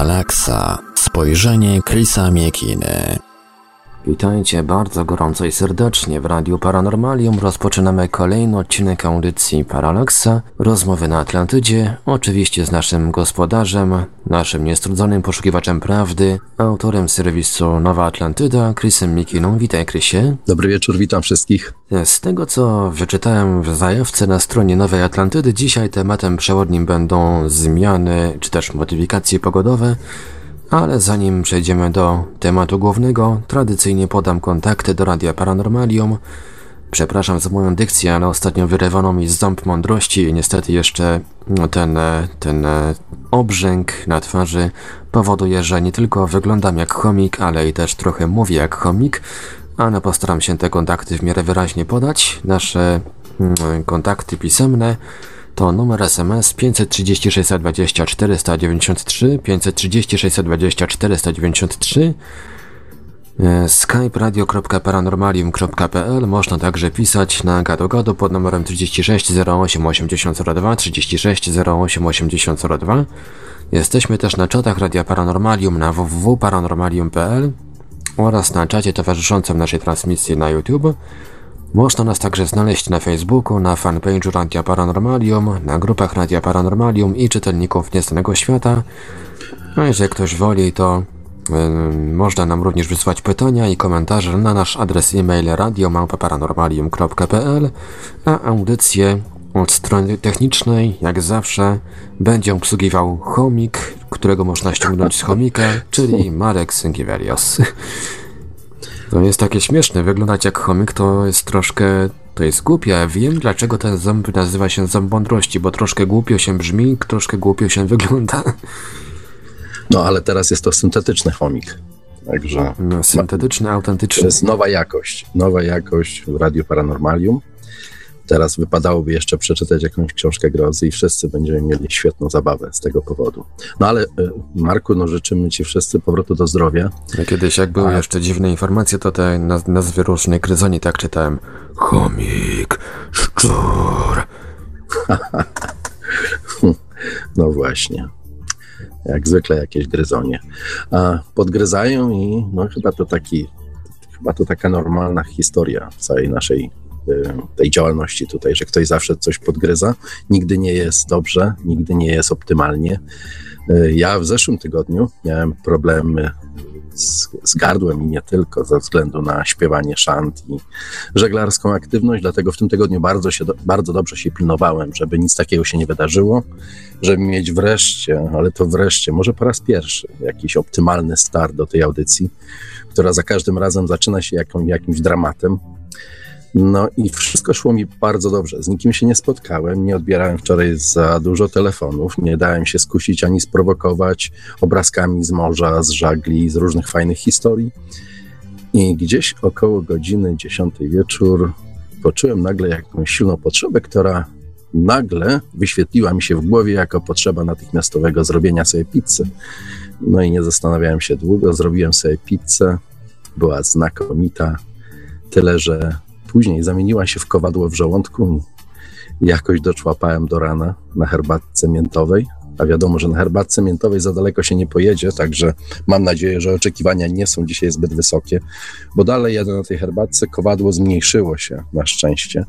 Paralaksa. Spojrzenie Chrisa Miekiny. Witajcie bardzo gorąco i serdecznie w Radiu Paranormalium. Rozpoczynamy kolejny odcinek audycji Paralaksa. Rozmowy na Atlantydzie, oczywiście z naszym gospodarzem, naszym niestrudzonym poszukiwaczem prawdy, autorem serwisu Nowa Atlantyda, Chrisem Miekiną. Witaj, Chrisie. Dobry wieczór, witam wszystkich. Z tego, co wyczytałem w zajawce na stronie Nowej Atlantydy, dzisiaj tematem przewodnim będą zmiany, czy też modyfikacje pogodowe. Ale zanim przejdziemy do tematu głównego, tradycyjnie podam kontakty do Radia Paranormalium. Przepraszam za moją dykcję, ale ostatnio wyrywano mi ząb mądrości i niestety jeszcze ten obrzęk na twarzy powoduje, że nie tylko wyglądam jak chomik, ale i też trochę mówię jak chomik, ale postaram się te kontakty w miarę wyraźnie podać. Nasze kontakty pisemne to numer SMS 530 620 493, 530 620 493, Skype radio.paranormalium.pl. Można także pisać na gadu pod numerem 36 08 8002, 36 08 8002. Jesteśmy też na czatach Radia Paranormalium na www.paranormalium.pl oraz na czacie towarzyszącym naszej transmisji na YouTube. Można nas także znaleźć na Facebooku, na fanpage'u Radia Paranormalium, na grupach Radia Paranormalium i czytelników Nieznanego Świata. A jeżeli ktoś woli, to można nam również wysłać pytania i komentarze na nasz adres e-mail radio@paranormalium.pl, a audycję od strony technicznej, jak zawsze, będzie obsługiwał chomik, którego można ściągnąć z chomika, czyli Marek Sękiewelios. To jest takie śmieszne, wyglądać jak chomik to jest głupie. Ja wiem, dlaczego ten ząb nazywa się ząb mądrości, bo troszkę głupio się brzmi, troszkę głupio się wygląda. No, ale teraz jest to syntetyczny chomik. Także syntetyczny, autentyczny. To jest nowa jakość w Radiu Paranormalium. Teraz wypadałoby jeszcze przeczytać jakąś książkę grozy i wszyscy będziemy mieli świetną zabawę z tego powodu. No ale Marku, życzymy Ci wszyscy powrotu do zdrowia. Ja kiedyś, jak były jeszcze dziwne informacje, to te nazwy różnej gryzoni tak czytałem. Chomik, szczur. No właśnie. Jak zwykle jakieś gryzonie. A podgryzają i chyba to taka normalna historia całej naszej tej działalności tutaj, że ktoś zawsze coś podgryza. Nigdy nie jest dobrze, nigdy nie jest optymalnie. Ja w zeszłym tygodniu miałem problemy z gardłem i nie tylko ze względu na śpiewanie szant i żeglarską aktywność, dlatego w tym tygodniu bardzo dobrze się pilnowałem, żeby nic takiego się nie wydarzyło, żeby mieć wreszcie, może po raz pierwszy, jakiś optymalny start do tej audycji, która za każdym razem zaczyna się jakimś dramatem. No i wszystko szło mi bardzo dobrze. Z nikim się nie spotkałem, nie odbierałem wczoraj za dużo telefonów, nie dałem się skusić ani sprowokować obrazkami z morza, z żagli, z różnych fajnych historii. I gdzieś około godziny 10 wieczór poczułem nagle jakąś silną potrzebę, która nagle wyświetliła mi się w głowie jako potrzeba natychmiastowego zrobienia sobie pizzy. No i nie zastanawiałem się długo, zrobiłem sobie pizzę, była znakomita, tyle że później zamieniła się w kowadło w żołądku i jakoś doczłapałem do rana na herbatce miętowej, a wiadomo, że na herbatce miętowej za daleko się nie pojedzie, także mam nadzieję, że oczekiwania nie są dzisiaj zbyt wysokie, bo dalej jadę na tej herbatce, kowadło zmniejszyło się na szczęście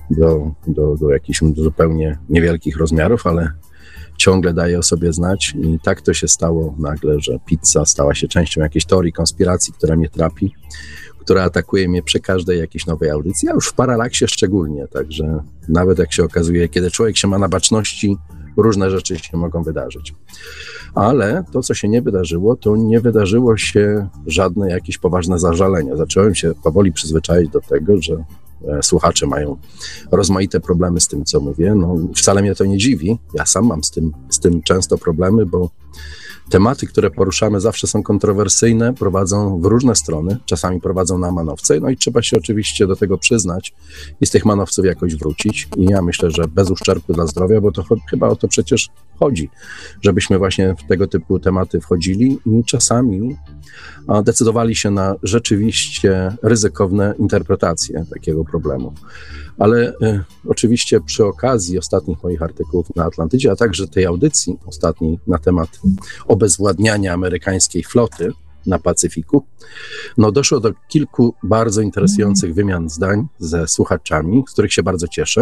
do jakichś zupełnie niewielkich rozmiarów, ale ciągle daje o sobie znać i tak to się stało nagle, że pizza stała się częścią jakiejś teorii konspiracji, która mnie trapi, która atakuje mnie przy każdej jakiejś nowej audycji, a już w Paralaksie szczególnie, także nawet jak się okazuje, kiedy człowiek się ma na baczności, różne rzeczy się mogą wydarzyć. Ale to, co się nie wydarzyło, to nie wydarzyło się żadne jakieś poważne zażalenia. Zacząłem się powoli przyzwyczaić do tego, że słuchacze mają rozmaite problemy z tym, co mówię. No, wcale mnie to nie dziwi. Ja sam mam z tym często problemy, bo tematy, które poruszamy, zawsze są kontrowersyjne, prowadzą w różne strony, czasami prowadzą na manowce, no i trzeba się oczywiście do tego przyznać i z tych manowców jakoś wrócić. I ja myślę, że bez uszczerbku dla zdrowia, bo to chyba o to przecież chodzi, żebyśmy właśnie w tego typu tematy wchodzili i czasami decydowali się na rzeczywiście ryzykowne interpretacje takiego problemu. Ale oczywiście przy okazji ostatnich moich artykułów na Atlantydzie, a także tej audycji ostatniej na temat obezwładniania amerykańskiej floty na Pacyfiku, doszło do kilku bardzo interesujących wymian zdań ze słuchaczami, z których się bardzo cieszę.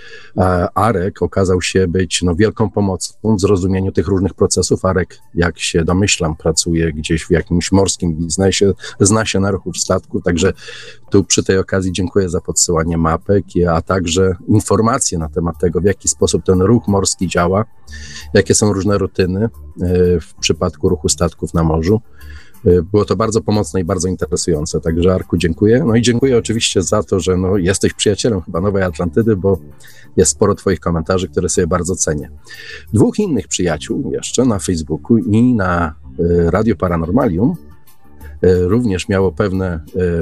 Arek okazał się być wielką pomocą w zrozumieniu tych różnych procesów. Arek, jak się domyślam, pracuje gdzieś w jakimś morskim biznesie, zna się na ruchu w statku, także tu przy tej okazji dziękuję za podsyłanie mapek, a także informacje na temat tego, w jaki sposób ten ruch morski działa, jakie są różne rutyny w przypadku ruchu statków na morzu. Było to bardzo pomocne i bardzo interesujące, także Arku dziękuję. I dziękuję oczywiście za to, że jesteś przyjacielem chyba Nowej Atlantydy, bo jest sporo twoich komentarzy, które sobie bardzo cenię. 2 innych przyjaciół jeszcze na Facebooku i na Radio Paranormalium również miało pewne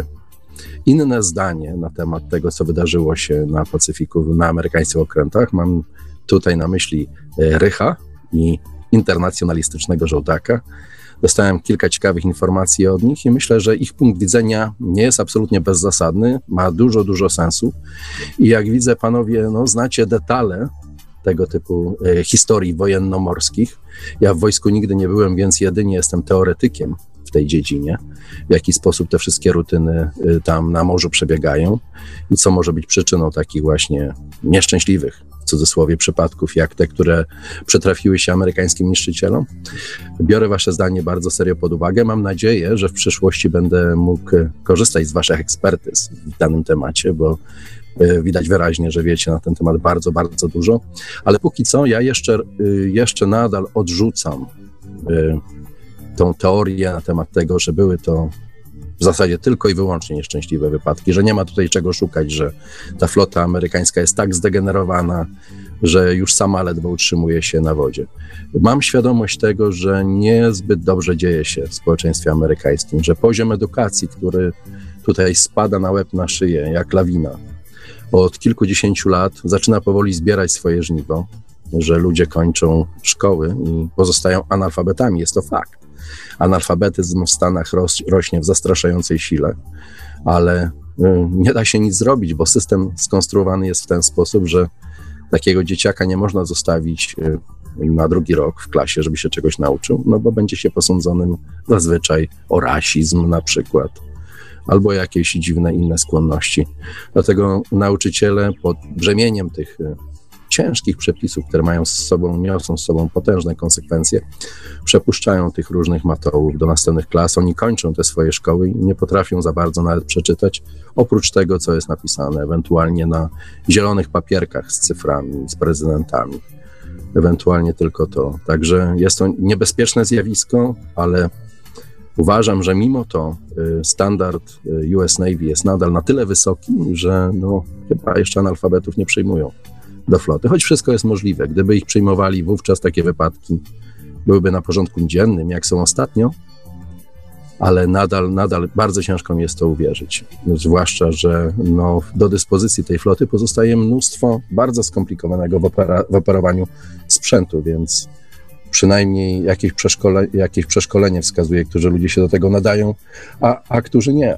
inne zdanie na temat tego, co wydarzyło się na Pacyfiku, na amerykańskich okrętach. Mam tutaj na myśli Rycha i internacjonalistycznego żołdaka. Dostałem kilka ciekawych informacji od nich i myślę, że ich punkt widzenia nie jest absolutnie bezzasadny, ma dużo sensu. I jak widzę, panowie, znacie detale tego typu historii wojennomorskich. Ja w wojsku nigdy nie byłem, więc jedynie jestem teoretykiem w tej dziedzinie, w jaki sposób te wszystkie rutyny tam na morzu przebiegają i co może być przyczyną takich właśnie nieszczęśliwych, w cudzysłowie, przypadków, jak te, które przytrafiły się amerykańskim niszczycielom. Biorę wasze zdanie bardzo serio pod uwagę. Mam nadzieję, że w przyszłości będę mógł korzystać z waszych ekspertyz w danym temacie, bo widać wyraźnie, że wiecie na ten temat bardzo dużo. Ale póki co ja jeszcze nadal odrzucam tą teorię na temat tego, że były to w zasadzie tylko i wyłącznie nieszczęśliwe wypadki, że nie ma tutaj czego szukać, że ta flota amerykańska jest tak zdegenerowana, że już sama ledwo utrzymuje się na wodzie. Mam świadomość tego, że niezbyt dobrze dzieje się w społeczeństwie amerykańskim, że poziom edukacji, który tutaj spada na łeb, na szyję, jak lawina, od kilkudziesięciu lat zaczyna powoli zbierać swoje żniwo, że ludzie kończą szkoły i pozostają analfabetami. Jest to fakt. Analfabetyzm w Stanach rośnie w zastraszającej sile, ale nie da się nic zrobić, bo system skonstruowany jest w ten sposób, że takiego dzieciaka nie można zostawić na drugi rok w klasie, żeby się czegoś nauczył, bo będzie się posądzonym zazwyczaj o rasizm na przykład, albo jakieś dziwne inne skłonności. Dlatego nauczyciele pod brzemieniem tych ciężkich przepisów, które niosą z sobą potężne konsekwencje, przepuszczają tych różnych matołów do następnych klas. Oni kończą te swoje szkoły i nie potrafią za bardzo nawet przeczytać, oprócz tego, co jest napisane ewentualnie na zielonych papierkach z cyframi, z prezydentami. Ewentualnie tylko to. Także jest to niebezpieczne zjawisko, ale uważam, że mimo to standard US Navy jest nadal na tyle wysoki, że chyba jeszcze analfabetów nie przyjmują do floty, choć wszystko jest możliwe. Gdyby ich przyjmowali, wówczas takie wypadki byłyby na porządku dziennym, jak są ostatnio, ale nadal bardzo ciężko mi jest to uwierzyć. Zwłaszcza, że do dyspozycji tej floty pozostaje mnóstwo bardzo skomplikowanego w operowaniu sprzętu, więc przynajmniej jakieś przeszkolenie wskazuje, którzy ludzie się do tego nadają, a którzy nie.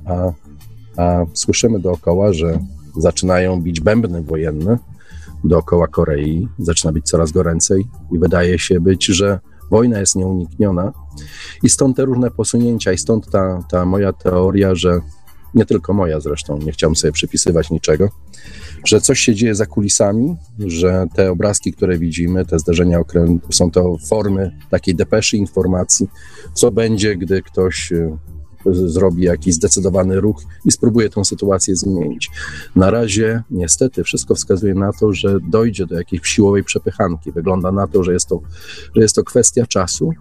A słyszymy dookoła, że zaczynają bić bębny wojenne dookoła Korei, zaczyna być coraz goręcej i wydaje się być, że wojna jest nieunikniona i stąd te różne posunięcia i stąd ta moja teoria, że nie tylko moja zresztą, nie chciałbym sobie przypisywać niczego, że coś się dzieje za kulisami, że te obrazki, które widzimy, te zderzenia okrętów, są to formy takiej depeszy informacji, co będzie, gdy ktoś zrobi jakiś zdecydowany ruch i spróbuje tę sytuację zmienić. Na razie niestety wszystko wskazuje na to, że dojdzie do jakiejś siłowej przepychanki. Wygląda na to, że jest to kwestia czasu.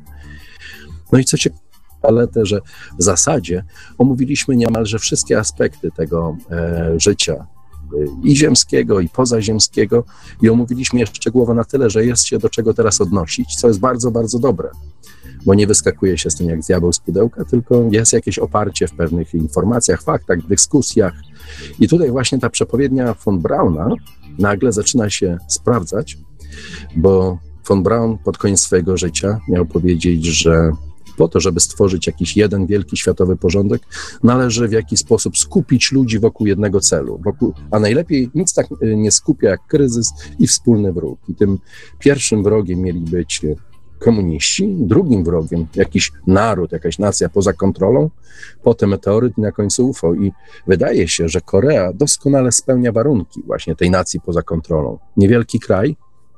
I co ciekawe, ale też, że w zasadzie omówiliśmy niemalże wszystkie aspekty tego życia i ziemskiego, i pozaziemskiego i omówiliśmy je szczegółowo na tyle, że jest się do czego teraz odnosić, co jest bardzo, bardzo dobre, bo nie wyskakuje się z tym jak diabeł z pudełka, tylko jest jakieś oparcie w pewnych informacjach, faktach, dyskusjach. I tutaj właśnie ta przepowiednia von Brauna nagle zaczyna się sprawdzać, bo von Braun pod koniec swojego życia miał powiedzieć, że po to, żeby stworzyć jakiś jeden wielki światowy porządek, należy w jakiś sposób skupić ludzi wokół jednego celu, a najlepiej nic tak nie skupia jak kryzys i wspólny wróg. I tym pierwszym wrogiem mieli być komuniści, drugim wrogiem jakiś naród, jakaś nacja poza kontrolą, potem meteoryt i na końcu UFO. I wydaje się, że Korea doskonale spełnia warunki właśnie tej nacji poza kontrolą. Niewielki kraj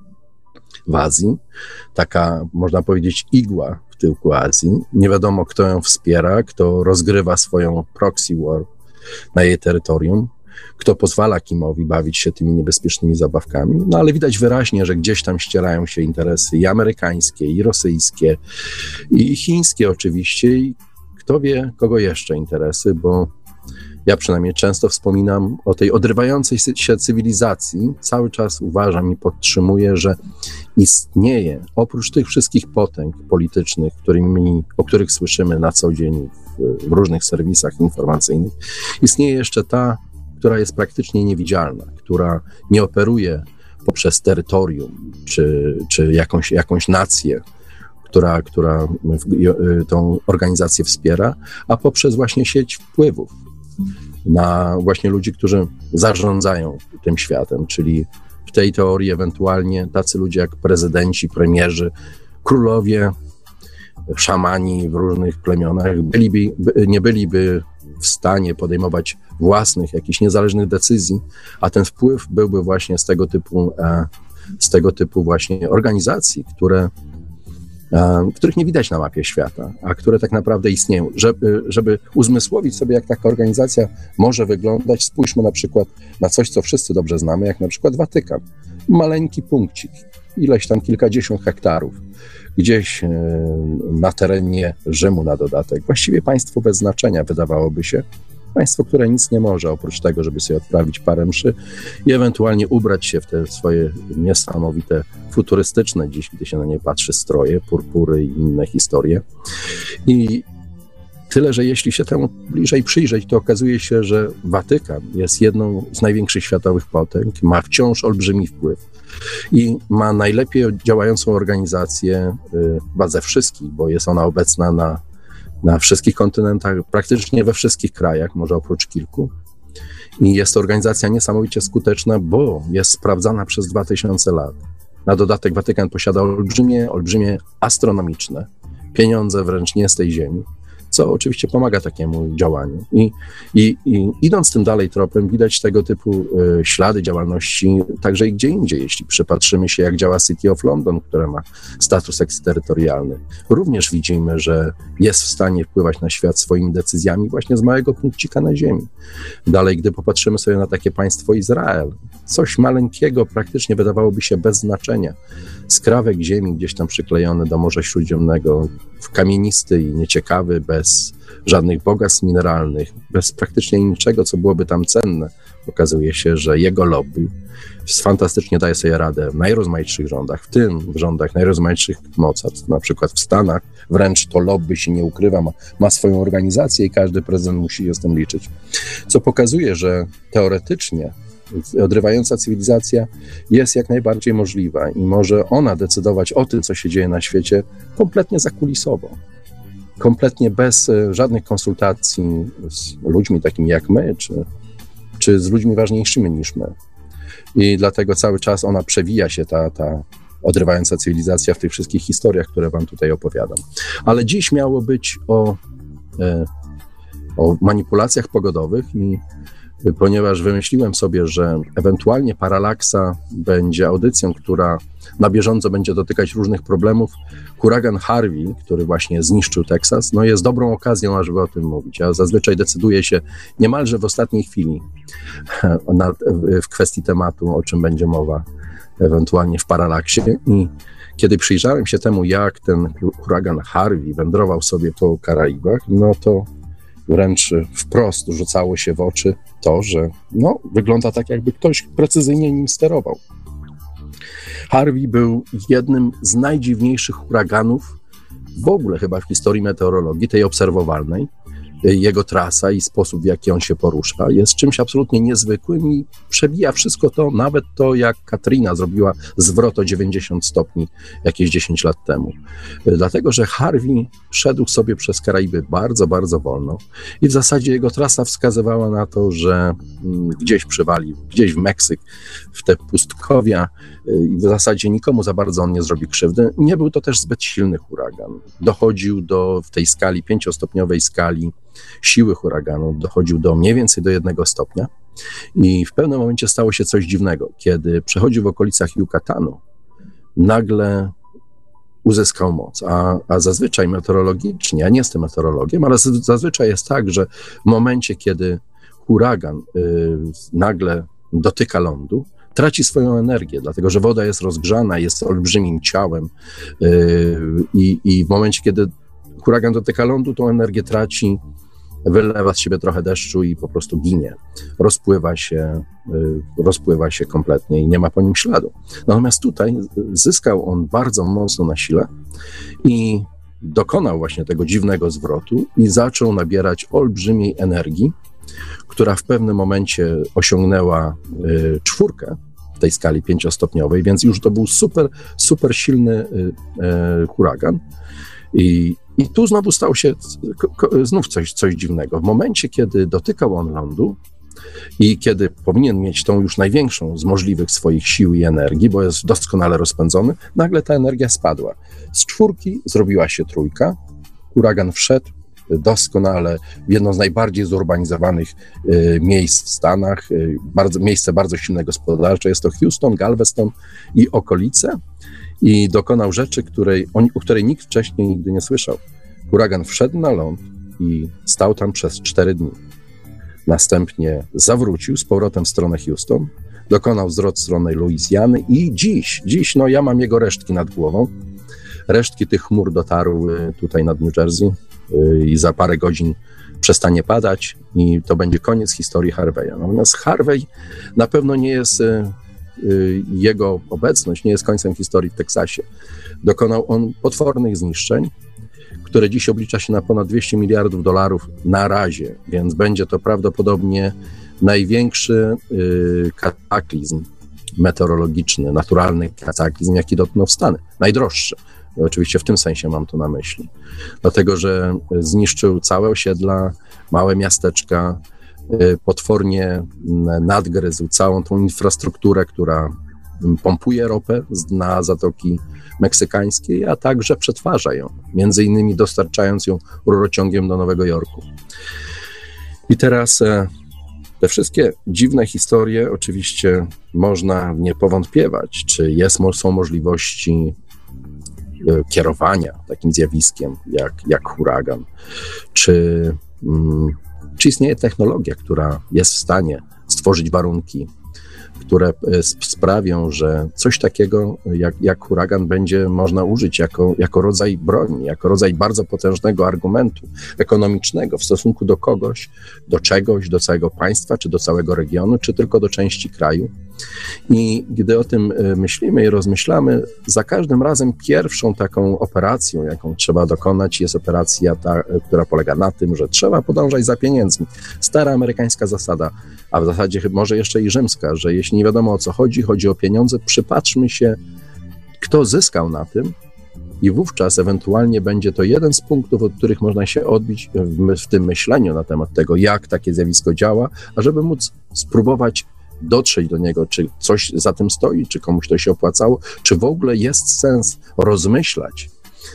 w Azji, taka, można powiedzieć, igła w tyłku Azji. Nie wiadomo, kto ją wspiera, kto rozgrywa swoją proxy war na jej terytorium, kto pozwala Kimowi bawić się tymi niebezpiecznymi zabawkami. No ale widać wyraźnie, że gdzieś tam ścierają się interesy i amerykańskie, i rosyjskie, i chińskie oczywiście, i kto wie, kogo jeszcze interesy, bo ja przynajmniej często wspominam o tej odrywającej się cywilizacji. Cały czas uważam i podtrzymuję, że istnieje, oprócz tych wszystkich potęg politycznych, o których słyszymy na co dzień w różnych serwisach informacyjnych, istnieje jeszcze ta, która jest praktycznie niewidzialna, która nie operuje poprzez terytorium czy jakąś nację, która tą organizację wspiera, a poprzez właśnie sieć wpływów na właśnie ludzi, którzy zarządzają tym światem, czyli w tej teorii ewentualnie tacy ludzie jak prezydenci, premierzy, królowie, szamani w różnych plemionach nie byliby w stanie podejmować własnych, jakichś niezależnych decyzji, a ten wpływ byłby właśnie z tego typu właśnie organizacji, których nie widać na mapie świata, a które tak naprawdę istnieją. Żeby uzmysłowić sobie, jak taka organizacja może wyglądać, spójrzmy na przykład na coś, co wszyscy dobrze znamy, jak na przykład Watykan. Maleńki punkcik, ileś tam kilkadziesiąt hektarów, gdzieś na terenie Rzymu na dodatek. Właściwie państwo bez znaczenia, wydawałoby się. Państwo, które nic nie może, oprócz tego, żeby sobie odprawić parę mszy i ewentualnie ubrać się w te swoje niesamowite, futurystyczne dziś, gdy się na nie patrzy, stroje, purpury i inne historie. I tyle, że jeśli się temu bliżej przyjrzeć, to okazuje się, że Watykan jest jedną z największych światowych potęg, ma wciąż olbrzymi wpływ i ma najlepiej działającą organizację chyba ze wszystkich, bo jest ona obecna na wszystkich kontynentach, praktycznie we wszystkich krajach, może oprócz kilku. I jest to organizacja niesamowicie skuteczna, bo jest sprawdzana przez 2000 lat. Na dodatek Watykan posiada olbrzymie astronomiczne pieniądze wręcz nie z tej ziemi, co oczywiście pomaga takiemu działaniu. I idąc tym dalej tropem, widać tego typu ślady działalności także i gdzie indziej. Jeśli przypatrzymy się, jak działa City of London, które ma status eksterytorialny, również widzimy, że jest w stanie wpływać na świat swoimi decyzjami właśnie z małego punkcika na ziemi. Dalej, gdy popatrzymy sobie na takie państwo Izrael, coś maleńkiego, praktycznie wydawałoby się bez znaczenia. Skrawek ziemi gdzieś tam przyklejony do Morza Śródziemnego, kamienisty i nieciekawy, bez żadnych bogactw mineralnych, bez praktycznie niczego, co byłoby tam cenne. Okazuje się, że jego lobby fantastycznie daje sobie radę w najrozmaitszych rządach, w tym w rządach najrozmaitszych mocarstw, na przykład w Stanach, wręcz to lobby się nie ukrywa, ma swoją organizację i każdy prezydent musi się z tym liczyć. Co pokazuje, że teoretycznie odrywająca cywilizacja jest jak najbardziej możliwa i może ona decydować o tym, co się dzieje na świecie kompletnie zakulisowo, kompletnie bez żadnych konsultacji z ludźmi takimi jak my, czy z ludźmi ważniejszymi niż my. I dlatego cały czas ona przewija się, ta odrywająca cywilizacja w tych wszystkich historiach, które wam tutaj opowiadam. Ale dziś miało być o manipulacjach pogodowych i ponieważ wymyśliłem sobie, że ewentualnie Paralaksa będzie audycją, która na bieżąco będzie dotykać różnych problemów, huragan Harvey, który właśnie zniszczył Teksas, no jest dobrą okazją, żeby o tym mówić. Ja zazwyczaj decyduję się niemalże w ostatniej chwili w kwestii tematu, o czym będzie mowa ewentualnie w Paralaksie. I kiedy przyjrzałem się temu, jak ten huragan Harvey wędrował sobie po Karaibach, no to wręcz wprost rzucało się w oczy to, że wygląda tak, jakby ktoś precyzyjnie nim sterował. Harvey był jednym z najdziwniejszych huraganów w ogóle chyba w historii meteorologii, tej obserwowalnej. jego trasa i sposób, w jaki on się porusza, jest czymś absolutnie niezwykłym i przebija wszystko to, nawet to, jak Katrina zrobiła zwrot o 90 stopni jakieś 10 lat temu. Dlatego, że Harvey szedł sobie przez Karaiby bardzo, bardzo wolno i w zasadzie jego trasa wskazywała na to, że gdzieś przywali, gdzieś w Meksyk, w te pustkowia i w zasadzie nikomu za bardzo on nie zrobi krzywdy. Nie był to też zbyt silny huragan. Dochodził w tej skali, 5-stopniowej skali siły huraganu, dochodził do mniej więcej do 1 stopnia i w pewnym momencie stało się coś dziwnego. Kiedy przechodził w okolicach Yucatanu, nagle uzyskał moc, a zazwyczaj meteorologicznie, ja nie jestem meteorologiem, ale zazwyczaj jest tak, że w momencie, kiedy huragan nagle dotyka lądu, traci swoją energię, dlatego że woda jest rozgrzana, jest olbrzymim ciałem i w momencie, kiedy huragan dotyka lądu, tą energię traci, wylewa z siebie trochę deszczu i po prostu ginie. Rozpływa się kompletnie i nie ma po nim śladu. Natomiast tutaj zyskał on bardzo mocno na sile i dokonał właśnie tego dziwnego zwrotu i zaczął nabierać olbrzymiej energii, która w pewnym momencie osiągnęła 4 w tej skali 5-stopniowej, więc już to był super silny huragan. I tu znowu stało się coś dziwnego. W momencie, kiedy dotykał on lądu i kiedy powinien mieć tą już największą z możliwych swoich sił i energii, bo jest doskonale rozpędzony, nagle ta energia spadła. Z 4 zrobiła się 3. Huragan wszedł doskonale w jedno z najbardziej zurbanizowanych miejsc w Stanach, miejsce bardzo silne gospodarcze. Jest to Houston, Galveston i okolice. I dokonał rzeczy, o której nikt wcześniej nigdy nie słyszał. Huragan wszedł na ląd i stał tam przez 4 dni. Następnie zawrócił z powrotem w stronę Houston, dokonał zwrot w stronę Luizjany i dziś, no ja mam jego resztki nad głową. Resztki tych chmur dotarły tutaj nad New Jersey i za parę godzin przestanie padać i to będzie koniec historii Harvey'a. Natomiast Harvey na pewno nie jest... Jego obecność nie jest końcem historii w Teksasie. Dokonał on potwornych zniszczeń, które dziś oblicza się na ponad $200 miliardów na razie, więc będzie to prawdopodobnie największy kataklizm meteorologiczny, naturalny kataklizm, jaki dotknął Stany. Najdroższy. Oczywiście w tym sensie mam to na myśli. Dlatego, że zniszczył całe osiedla, małe miasteczka, potwornie nadgryzł całą tą infrastrukturę, która pompuje ropę z dna Zatoki Meksykańskiej, a także przetwarza ją, między innymi dostarczając ją rurociągiem do Nowego Jorku. I teraz te wszystkie dziwne historie, oczywiście można nie powątpiewać, czy są możliwości kierowania takim zjawiskiem jak huragan, czy istnieje technologia, która jest w stanie stworzyć warunki, które sprawią, że coś takiego jak huragan będzie można użyć jako rodzaj broni, jako rodzaj bardzo potężnego argumentu ekonomicznego w stosunku do kogoś, do czegoś, do całego państwa, czy do całego regionu, czy tylko do części kraju. I gdy o tym myślimy i rozmyślamy, za każdym razem pierwszą taką operacją, jaką trzeba dokonać, jest operacja ta, która polega na tym, że trzeba podążać za pieniędzmi. Stara amerykańska zasada, a w zasadzie może jeszcze i rzymska, że jeśli nie wiadomo o co chodzi o pieniądze, przypatrzmy się, kto zyskał na tym i wówczas ewentualnie będzie to jeden z punktów, od których można się odbić w tym myśleniu na temat tego, jak takie zjawisko działa, ażeby móc spróbować dotrzeć do niego, czy coś za tym stoi, czy komuś to się opłacało, czy w ogóle jest sens rozmyślać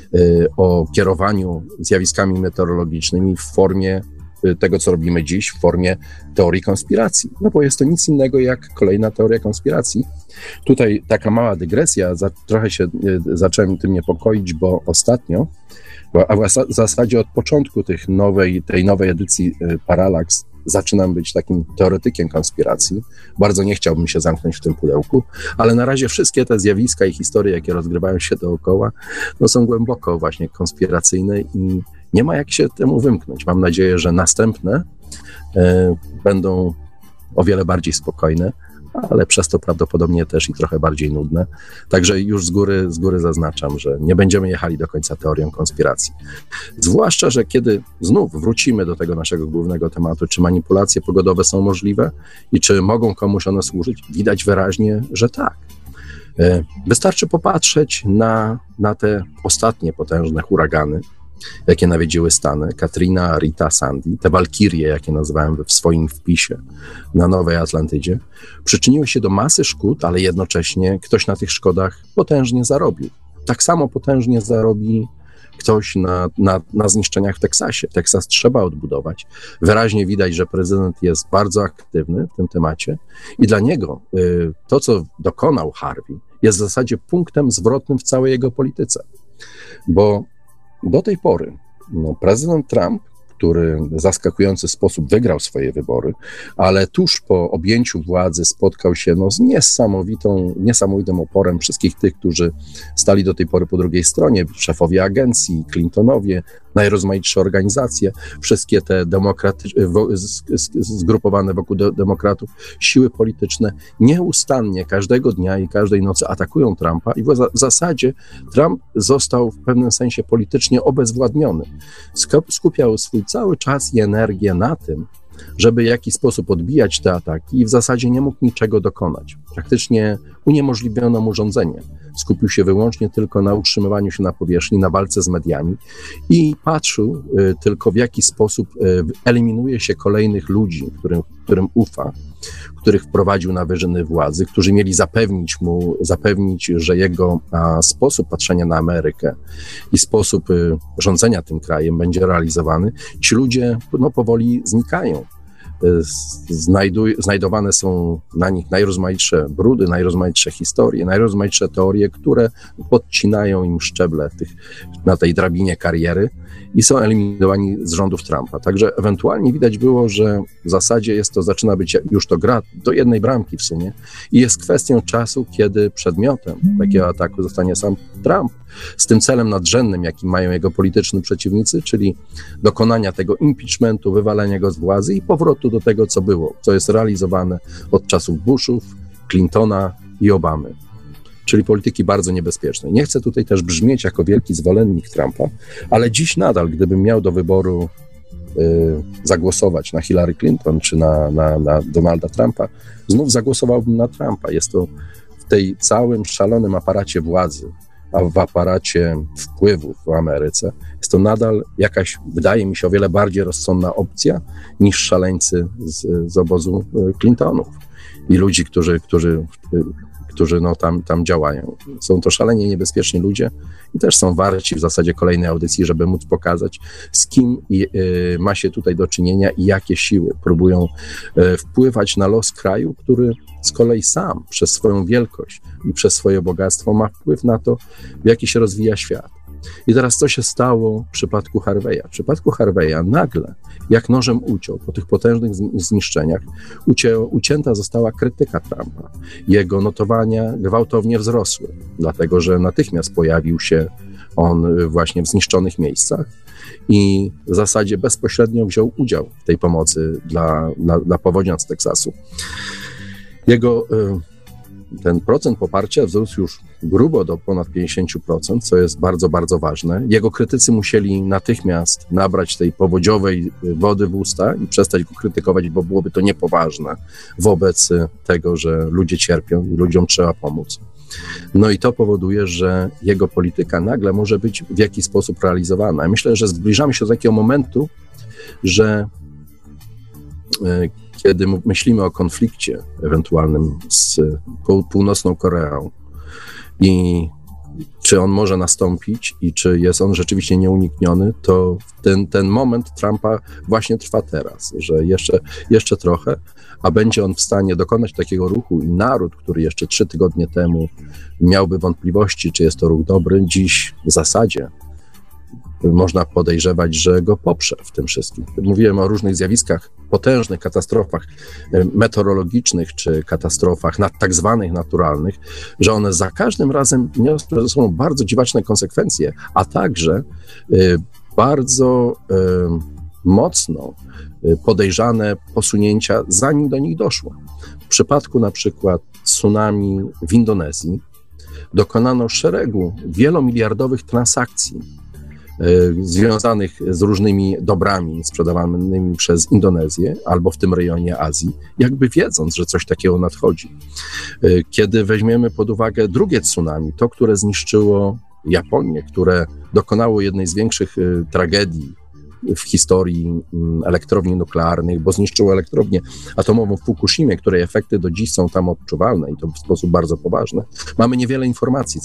o kierowaniu zjawiskami meteorologicznymi w formie tego, co robimy dziś, w formie teorii konspiracji. No bo jest to nic innego jak kolejna teoria konspiracji. Tutaj taka mała dygresja, trochę się zacząłem tym niepokoić, bo ostatnio, a w zasadzie od początku tej nowej edycji Parallax zaczynam być takim teoretykiem konspiracji. Bardzo nie chciałbym się zamknąć w tym pudełku, ale na razie wszystkie te zjawiska i historie, jakie rozgrywają się dookoła, no są głęboko właśnie konspiracyjne i nie ma jak się temu wymknąć. Mam nadzieję, że następne będą o wiele bardziej spokojne, ale przez to prawdopodobnie też i trochę bardziej nudne. Także już z góry zaznaczam, że nie będziemy jechali do końca teorią konspiracji. Zwłaszcza, że kiedy znów wrócimy do tego naszego głównego tematu, czy manipulacje pogodowe są możliwe i czy mogą komuś one służyć, widać wyraźnie, że tak. Wystarczy popatrzeć na te ostatnie potężne huragany, jakie nawiedziły Stany, Katrina, Rita, Sandy, te walkirie, jakie nazwałem w swoim wpisie na Nowej Atlantydzie, przyczyniły się do masy szkód, ale jednocześnie ktoś na tych szkodach potężnie zarobił. Tak samo potężnie zarobi ktoś na zniszczeniach w Teksasie. Teksas trzeba odbudować. Wyraźnie widać, że prezydent jest bardzo aktywny w tym temacie i dla niego to, co dokonał Harvey, jest w zasadzie punktem zwrotnym w całej jego polityce. Bo do tej pory prezydent Trump, który w zaskakujący sposób wygrał swoje wybory, ale tuż po objęciu władzy spotkał się z niesamowitym oporem wszystkich tych, którzy stali do tej pory po drugiej stronie, szefowie agencji, Clintonowie, najrozmaitsze organizacje, wszystkie te zgrupowane wokół demokratów siły polityczne nieustannie każdego dnia i każdej nocy atakują Trumpa i w zasadzie Trump został w pewnym sensie politycznie obezwładniony. Skupiał swój cały czas i energię na tym, żeby w jakiś sposób odbijać te ataki i w zasadzie nie mógł niczego dokonać. Praktycznie uniemożliwiono mu rządzenie. Skupił się wyłącznie tylko na utrzymywaniu się na powierzchni, na walce z mediami i patrzył tylko w jaki sposób eliminuje się kolejnych ludzi, którym ufa, których wprowadził na wyżyny władzy, którzy mieli zapewnić, że jego sposób patrzenia na Amerykę i sposób rządzenia tym krajem będzie realizowany. Ci ludzie powoli znikają. Znajdowane są na nich najrozmaitsze brudy, najrozmaitsze historie, najrozmaitsze teorie, które podcinają im szczeble na tej drabinie kariery i są eliminowani z rządów Trumpa. Także ewentualnie widać było, że w zasadzie zaczyna być już to gra do jednej bramki w sumie i jest kwestią czasu, kiedy przedmiotem takiego ataku zostanie sam Trump z tym celem nadrzędnym, jakim mają jego polityczni przeciwnicy, czyli dokonania tego impeachmentu, wywalenia go z władzy i powrotu do tego, co było, co jest realizowane od czasów Bushów, Clintona i Obamy. Czyli polityki bardzo niebezpiecznej. Nie chcę tutaj też brzmieć jako wielki zwolennik Trumpa, ale dziś nadal, gdybym miał do wyboru zagłosować na Hillary Clinton czy na Donalda Trumpa, znów zagłosowałbym na Trumpa. Jest to w tej całym szalonym aparacie władzy, a w aparacie wpływów w Ameryce, jest to nadal jakaś, wydaje mi się, o wiele bardziej rozsądna opcja niż szaleńcy z obozu Clintonów i ludzi, którzy tam działają. Są to szalenie niebezpieczni ludzie i też są warci w zasadzie kolejnej audycji, żeby móc pokazać, z kim ma się tutaj do czynienia i jakie siły próbują wpływać na los kraju, który z kolei sam przez swoją wielkość i przez swoje bogactwo ma wpływ na to, w jaki się rozwija świat. I teraz co się stało w przypadku Harvey'a? W przypadku Harvey'a nagle, jak nożem uciął, po tych potężnych zniszczeniach, ucięta została krytyka Trumpa. Jego notowania gwałtownie wzrosły, dlatego że natychmiast pojawił się on właśnie w zniszczonych miejscach i w zasadzie bezpośrednio wziął udział w tej pomocy dla powodzian z Teksasu. Ten procent poparcia wzrósł już grubo do ponad 50%, co jest bardzo, bardzo ważne. Jego krytycy musieli natychmiast nabrać tej powodziowej wody w usta i przestać go krytykować, bo byłoby to niepoważne wobec tego, że ludzie cierpią i ludziom trzeba pomóc. No i to powoduje, że jego polityka nagle może być w jakiś sposób realizowana. Myślę, że zbliżamy się do takiego momentu, że kiedy myślimy o konflikcie ewentualnym z Północną Koreą i czy on może nastąpić i czy jest on rzeczywiście nieunikniony, to ten moment Trumpa właśnie trwa teraz, że jeszcze trochę, a będzie on w stanie dokonać takiego ruchu i naród, który jeszcze 3 tygodnie temu miałby wątpliwości, czy jest to ruch dobry, dziś w zasadzie można podejrzewać, że go poprze w tym wszystkim. Mówiłem o różnych zjawiskach, potężnych katastrofach meteorologicznych czy katastrofach tak zwanych naturalnych, że one za każdym razem niosą ze sobą bardzo dziwaczne konsekwencje, a także bardzo mocno podejrzane posunięcia, zanim do nich doszło. W przypadku na przykład tsunami w Indonezji dokonano szeregu wielomiliardowych transakcji związanych z różnymi dobrami sprzedawanymi przez Indonezję albo w tym rejonie Azji, jakby wiedząc, że coś takiego nadchodzi. Kiedy weźmiemy pod uwagę drugie tsunami, to, które zniszczyło Japonię, które dokonało jednej z większych tragedii w historii elektrowni nuklearnych, bo zniszczyło elektrownię atomową w Fukushimie, której efekty do dziś są tam odczuwalne i to w sposób bardzo poważny. Mamy niewiele informacji,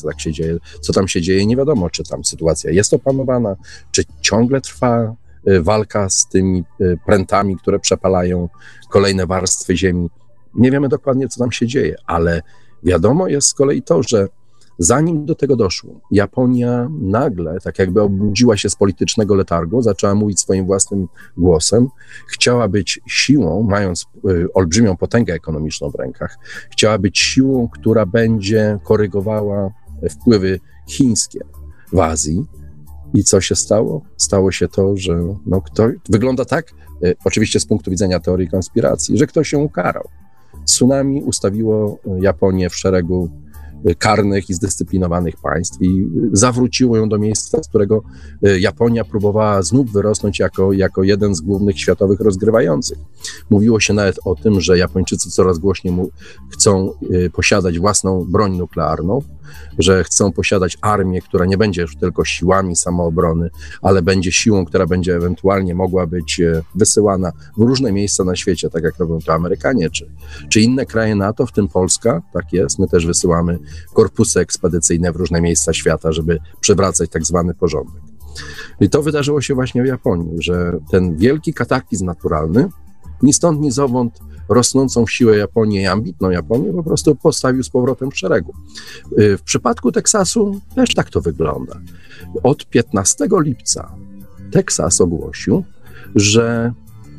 co tam się dzieje. Nie wiadomo, czy tam sytuacja jest opanowana, czy ciągle trwa walka z tymi prętami, które przepalają kolejne warstwy ziemi. Nie wiemy dokładnie, co tam się dzieje, ale wiadomo jest z kolei to, że zanim do tego doszło, Japonia nagle, tak jakby obudziła się z politycznego letargu, zaczęła mówić swoim własnym głosem, chciała być siłą, mając olbrzymią potęgę ekonomiczną w rękach, chciała być siłą, która będzie korygowała wpływy chińskie w Azji. I co się stało? Stało się to, że wygląda tak, oczywiście z punktu widzenia teorii konspiracji, że ktoś się ukarał. Tsunami ustawiło Japonię w szeregu karnych i zdyscyplinowanych państw i zawróciło ją do miejsca, z którego Japonia próbowała znów wyrosnąć jako jeden z głównych światowych rozgrywających. Mówiło się nawet o tym, że Japończycy coraz głośniej chcą posiadać własną broń nuklearną, że chcą posiadać armię, która nie będzie już tylko siłami samoobrony, ale będzie siłą, która będzie ewentualnie mogła być wysyłana w różne miejsca na świecie, tak jak robią to Amerykanie czy inne kraje NATO, w tym Polska, tak jest, my też wysyłamy korpusy ekspedycyjne w różne miejsca świata, żeby przywracać tak zwany porządek. I to wydarzyło się właśnie w Japonii, że ten wielki kataklizm naturalny, ni stąd, ni zowąd rosnącą w siłę Japonię i ambitną Japonię po prostu postawił z powrotem w szeregu. W przypadku Teksasu też tak to wygląda. Od 15 lipca Teksas ogłosił, że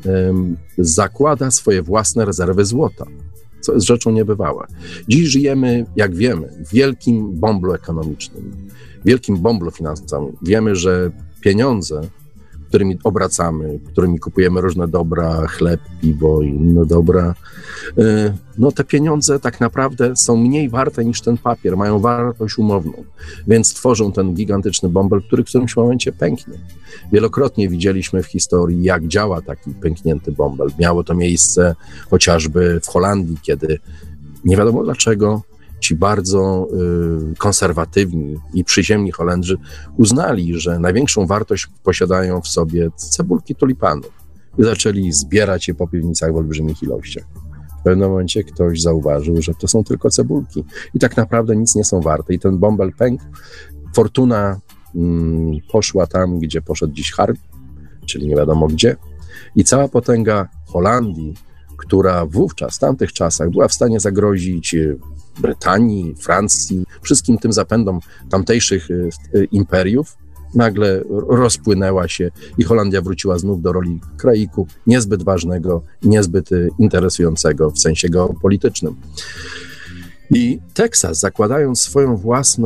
zakłada swoje własne rezerwy złota, co jest rzeczą niebywałą. Dziś żyjemy, jak wiemy, w wielkim bąblu ekonomicznym, wielkim bąblu finansowym. Wiemy, że pieniądze, którymi obracamy, którymi kupujemy różne dobra, chleb, piwo i inne dobra, te pieniądze tak naprawdę są mniej warte niż ten papier, mają wartość umowną, więc tworzą ten gigantyczny bąbel, który w którymś momencie pęknie. Wielokrotnie widzieliśmy w historii, jak działa taki pęknięty bąbel. Miało to miejsce chociażby w Holandii, kiedy nie wiadomo dlaczego ci bardzo konserwatywni i przyziemni Holendrzy uznali, że największą wartość posiadają w sobie cebulki tulipanów i zaczęli zbierać je po piwnicach w olbrzymich ilościach. W pewnym momencie ktoś zauważył, że to są tylko cebulki i tak naprawdę nic nie są warte i ten bąbel pękł. Fortuna poszła tam, gdzie poszedł dziś Harvey, czyli nie wiadomo gdzie, i cała potęga Holandii, która wówczas, w tamtych czasach była w stanie zagrozić Brytanii, Francji, wszystkim tym zapędom tamtejszych imperiów, nagle rozpłynęła się i Holandia wróciła znów do roli kraiku niezbyt ważnego, niezbyt interesującego w sensie geopolitycznym. I Teksas, zakładając swoją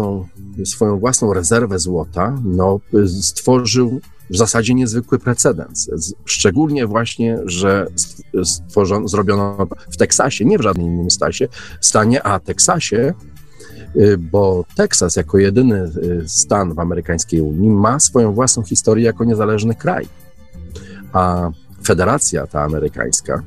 własną rezerwę złota, stworzył w zasadzie niezwykły precedens. Szczególnie właśnie, że zrobiono w Teksasie, nie w żadnym innym stanie, a Teksasie, bo Teksas jako jedyny stan w amerykańskiej Unii ma swoją własną historię jako niezależny kraj. A federacja ta amerykańska,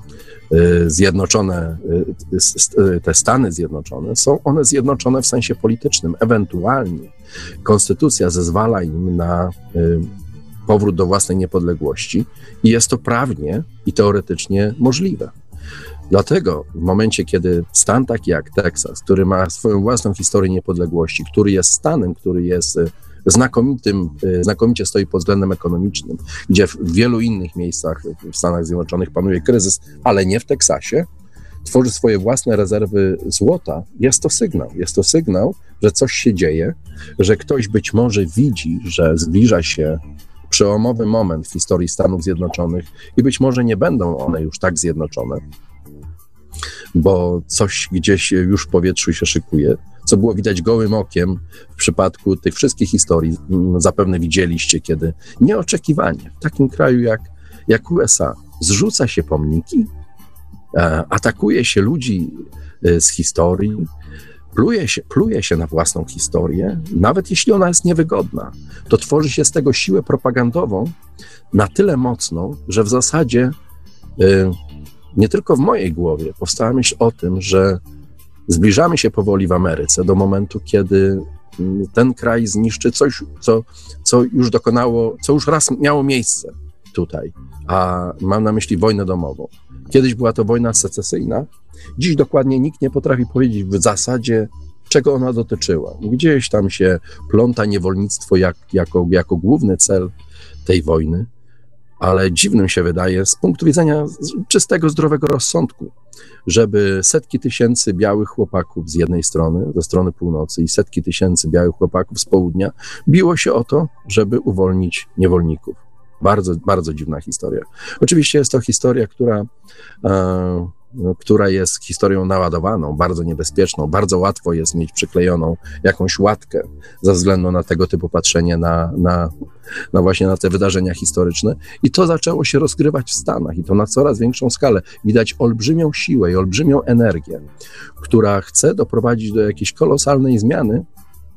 te Stany Zjednoczone, są one zjednoczone w sensie politycznym. Ewentualnie konstytucja zezwala im na powrót do własnej niepodległości i jest to prawnie i teoretycznie możliwe. Dlatego w momencie, kiedy stan taki jak Teksas, który ma swoją własną historię niepodległości, który jest stanem, który jest znakomicie stoi pod względem ekonomicznym, gdzie w wielu innych miejscach w Stanach Zjednoczonych panuje kryzys, ale nie w Teksasie, tworzy swoje własne rezerwy złota, jest to sygnał, że coś się dzieje, że ktoś być może widzi, że zbliża się przełomowy moment w historii Stanów Zjednoczonych i być może nie będą one już tak zjednoczone, bo coś gdzieś już w powietrzu się szykuje, co było widać gołym okiem w przypadku tych wszystkich historii. Zapewne widzieliście, kiedy nieoczekiwanie w takim kraju jak USA zrzuca się pomniki, atakuje się ludzi z historii, pluje się na własną historię, nawet jeśli ona jest niewygodna, to tworzy się z tego siłę propagandową na tyle mocną, że w zasadzie nie tylko w mojej głowie powstała myśl o tym, że zbliżamy się powoli w Ameryce do momentu, kiedy ten kraj zniszczy coś, co już raz miało miejsce tutaj, a mam na myśli wojnę domową. Kiedyś była to wojna secesyjna, dziś dokładnie nikt nie potrafi powiedzieć w zasadzie, czego ona dotyczyła. Gdzieś tam się pląta niewolnictwo jako główny cel tej wojny, ale dziwnym się wydaje z punktu widzenia czystego, zdrowego rozsądku, żeby setki tysięcy białych chłopaków z jednej strony, ze strony północy i setki tysięcy białych chłopaków z południa biło się o to, żeby uwolnić niewolników. Bardzo, bardzo dziwna historia. Oczywiście jest to historia, która jest historią naładowaną, bardzo niebezpieczną. Bardzo łatwo jest mieć przyklejoną jakąś łatkę ze względu na tego typu patrzenie właśnie na te wydarzenia historyczne. I to zaczęło się rozgrywać w Stanach i to na coraz większą skalę. Widać olbrzymią siłę i olbrzymią energię, która chce doprowadzić do jakiejś kolosalnej zmiany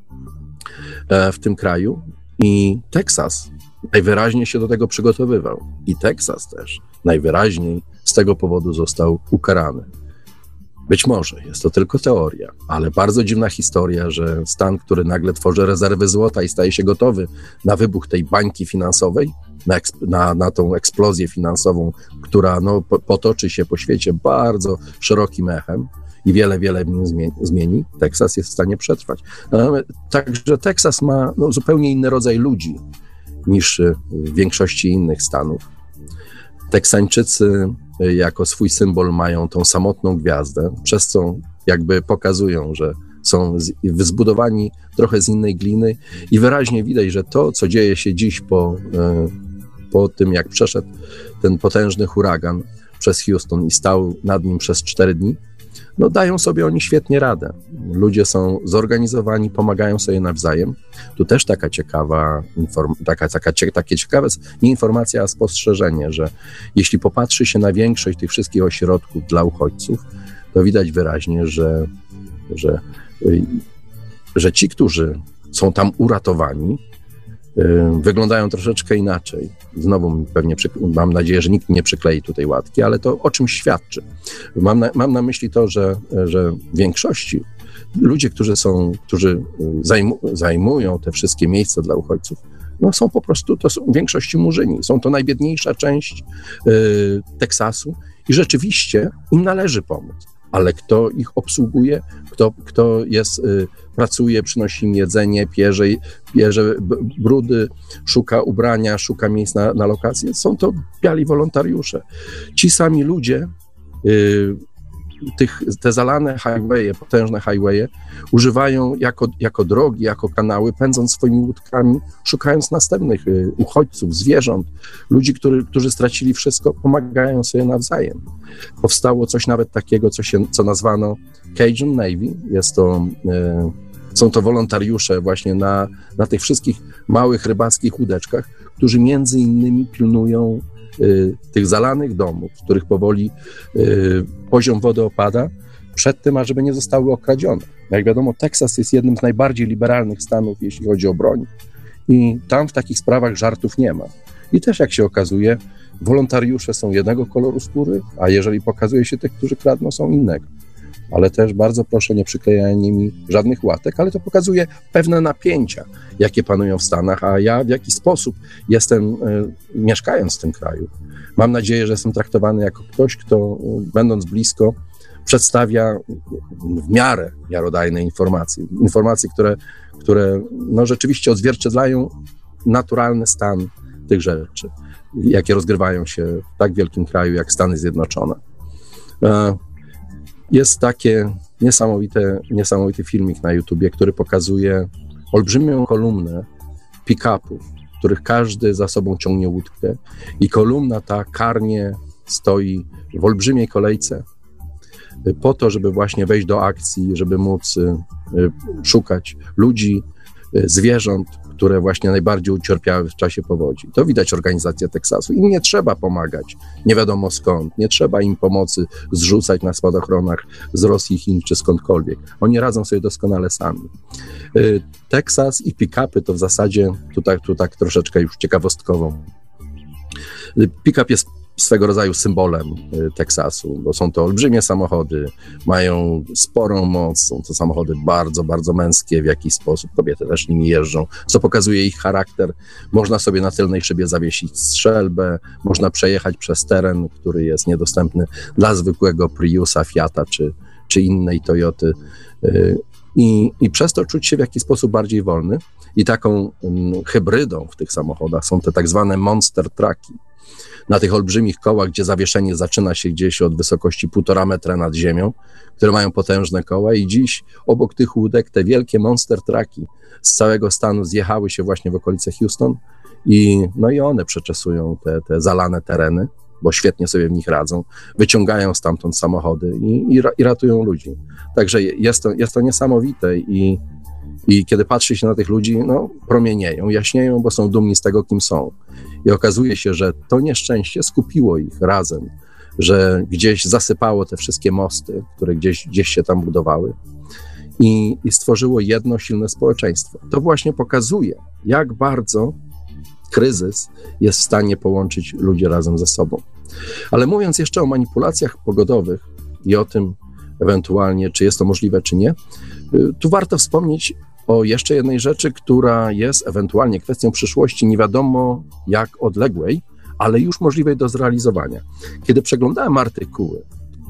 w tym kraju i Teksas najwyraźniej się do tego przygotowywał. I Teksas też najwyraźniej z tego powodu został ukarany. Być może jest to tylko teoria, ale bardzo dziwna historia, że stan, który nagle tworzy rezerwy złota i staje się gotowy na wybuch tej bańki finansowej, na tą eksplozję finansową, która potoczy się po świecie bardzo szerokim echem i wiele zmieni, Teksas jest w stanie przetrwać. Także Teksas ma zupełnie inny rodzaj ludzi niż w większości innych stanów. Teksańczycy jako swój symbol mają tą samotną gwiazdę, przez co jakby pokazują, że są zbudowani trochę z innej gliny i wyraźnie widać, że to, co dzieje się dziś po tym, jak przeszedł ten potężny huragan przez Houston i stał nad nim przez 4 dni, dają sobie oni świetnie radę. Ludzie są zorganizowani, pomagają sobie nawzajem. Tu też takie ciekawe, nie informacja, a spostrzeżenie, że jeśli popatrzy się na większość tych wszystkich ośrodków dla uchodźców, to widać wyraźnie, że ci, którzy są tam uratowani, wyglądają troszeczkę inaczej. Znowu pewnie mam nadzieję, że nikt nie przyklei tutaj łatki, ale to o czym świadczy. Mam na myśli to, że w większości ludzie, którzy zajmują te wszystkie miejsca dla uchodźców, są po prostu, to są w większości Murzyni. Są to najbiedniejsza część Teksasu i rzeczywiście im należy pomóc. Ale kto ich obsługuje, kto pracuje, przynosi im jedzenie, pierze brudy, szuka ubrania, szuka miejsc na lokacje, są to biali wolontariusze. Ci sami ludzie, te zalane highwaye, potężne highwaye, używają jako drogi, jako kanały, pędząc swoimi łódkami, szukając następnych uchodźców, zwierząt, ludzi, którzy stracili wszystko, pomagają sobie nawzajem. Powstało coś nawet takiego, co nazwano Cajun Navy. Są to wolontariusze właśnie na tych wszystkich małych rybackich łódeczkach, którzy między innymi pilnują tych zalanych domów, w których powoli poziom wody opada, przed tym, ażeby nie zostały okradzione. Jak wiadomo, Teksas jest jednym z najbardziej liberalnych stanów, jeśli chodzi o broń i tam w takich sprawach żartów nie ma. I też, jak się okazuje, wolontariusze są jednego koloru skóry, a jeżeli pokazuje się tych, którzy kradną, są innego. Ale też bardzo proszę, nie przyklejaj nimi żadnych łatek, ale to pokazuje pewne napięcia, jakie panują w Stanach, a ja w jakiś sposób mieszkając w tym kraju, mam nadzieję, że jestem traktowany jako ktoś, kto będąc blisko przedstawia w miarę miarodajne informacje, które rzeczywiście odzwierciedlają naturalny stan tych rzeczy, jakie rozgrywają się w tak wielkim kraju jak Stany Zjednoczone. Jest taki niesamowity filmik na YouTubie, który pokazuje olbrzymią kolumnę pick-upów, w których każdy za sobą ciągnie łódkę i kolumna ta karnie stoi w olbrzymiej kolejce po to, żeby właśnie wejść do akcji, żeby móc szukać ludzi, zwierząt, które właśnie najbardziej ucierpiały w czasie powodzi. To widać organizację Teksasu. Im nie trzeba pomagać, nie wiadomo skąd, nie trzeba im pomocy zrzucać na spadochronach z Rosji, Chin czy skądkolwiek. Oni radzą sobie doskonale sami. Teksas i pick-upy to w zasadzie, tu tak troszeczkę już ciekawostkowo. Pick-up jest swego rodzaju symbolem Teksasu, bo są to olbrzymie samochody, mają sporą moc, są to samochody bardzo, bardzo męskie w jakiś sposób, kobiety też nimi jeżdżą, co pokazuje ich charakter. Można sobie na tylnej szybie zawiesić strzelbę, można przejechać przez teren, który jest niedostępny dla zwykłego Priusa, Fiata czy innej Toyoty i przez to czuć się w jakiś sposób bardziej wolny i taką hybrydą w tych samochodach są te tak zwane monster trucki. Na tych olbrzymich kołach, gdzie zawieszenie zaczyna się gdzieś od wysokości 1,5 metra nad ziemią, które mają potężne koła i dziś obok tych łódek te wielkie monster trucki z całego stanu zjechały się właśnie w okolice Houston i one przeczesują te zalane tereny, bo świetnie sobie w nich radzą, wyciągają stamtąd samochody i ratują ludzi. Także jest to niesamowite i kiedy patrzy się na tych ludzi, promienieją, jaśnieją, bo są dumni z tego, kim są. I okazuje się, że to nieszczęście skupiło ich razem, że gdzieś zasypało te wszystkie mosty, które gdzieś się tam budowały i stworzyło jedno silne społeczeństwo. To właśnie pokazuje, jak bardzo kryzys jest w stanie połączyć ludzi razem ze sobą. Ale mówiąc jeszcze o manipulacjach pogodowych i o tym ewentualnie, czy jest to możliwe, czy nie, tu warto wspomnieć o jeszcze jednej rzeczy, która jest ewentualnie kwestią przyszłości nie wiadomo jak odległej, ale już możliwej do zrealizowania. Kiedy przeglądałem artykuły,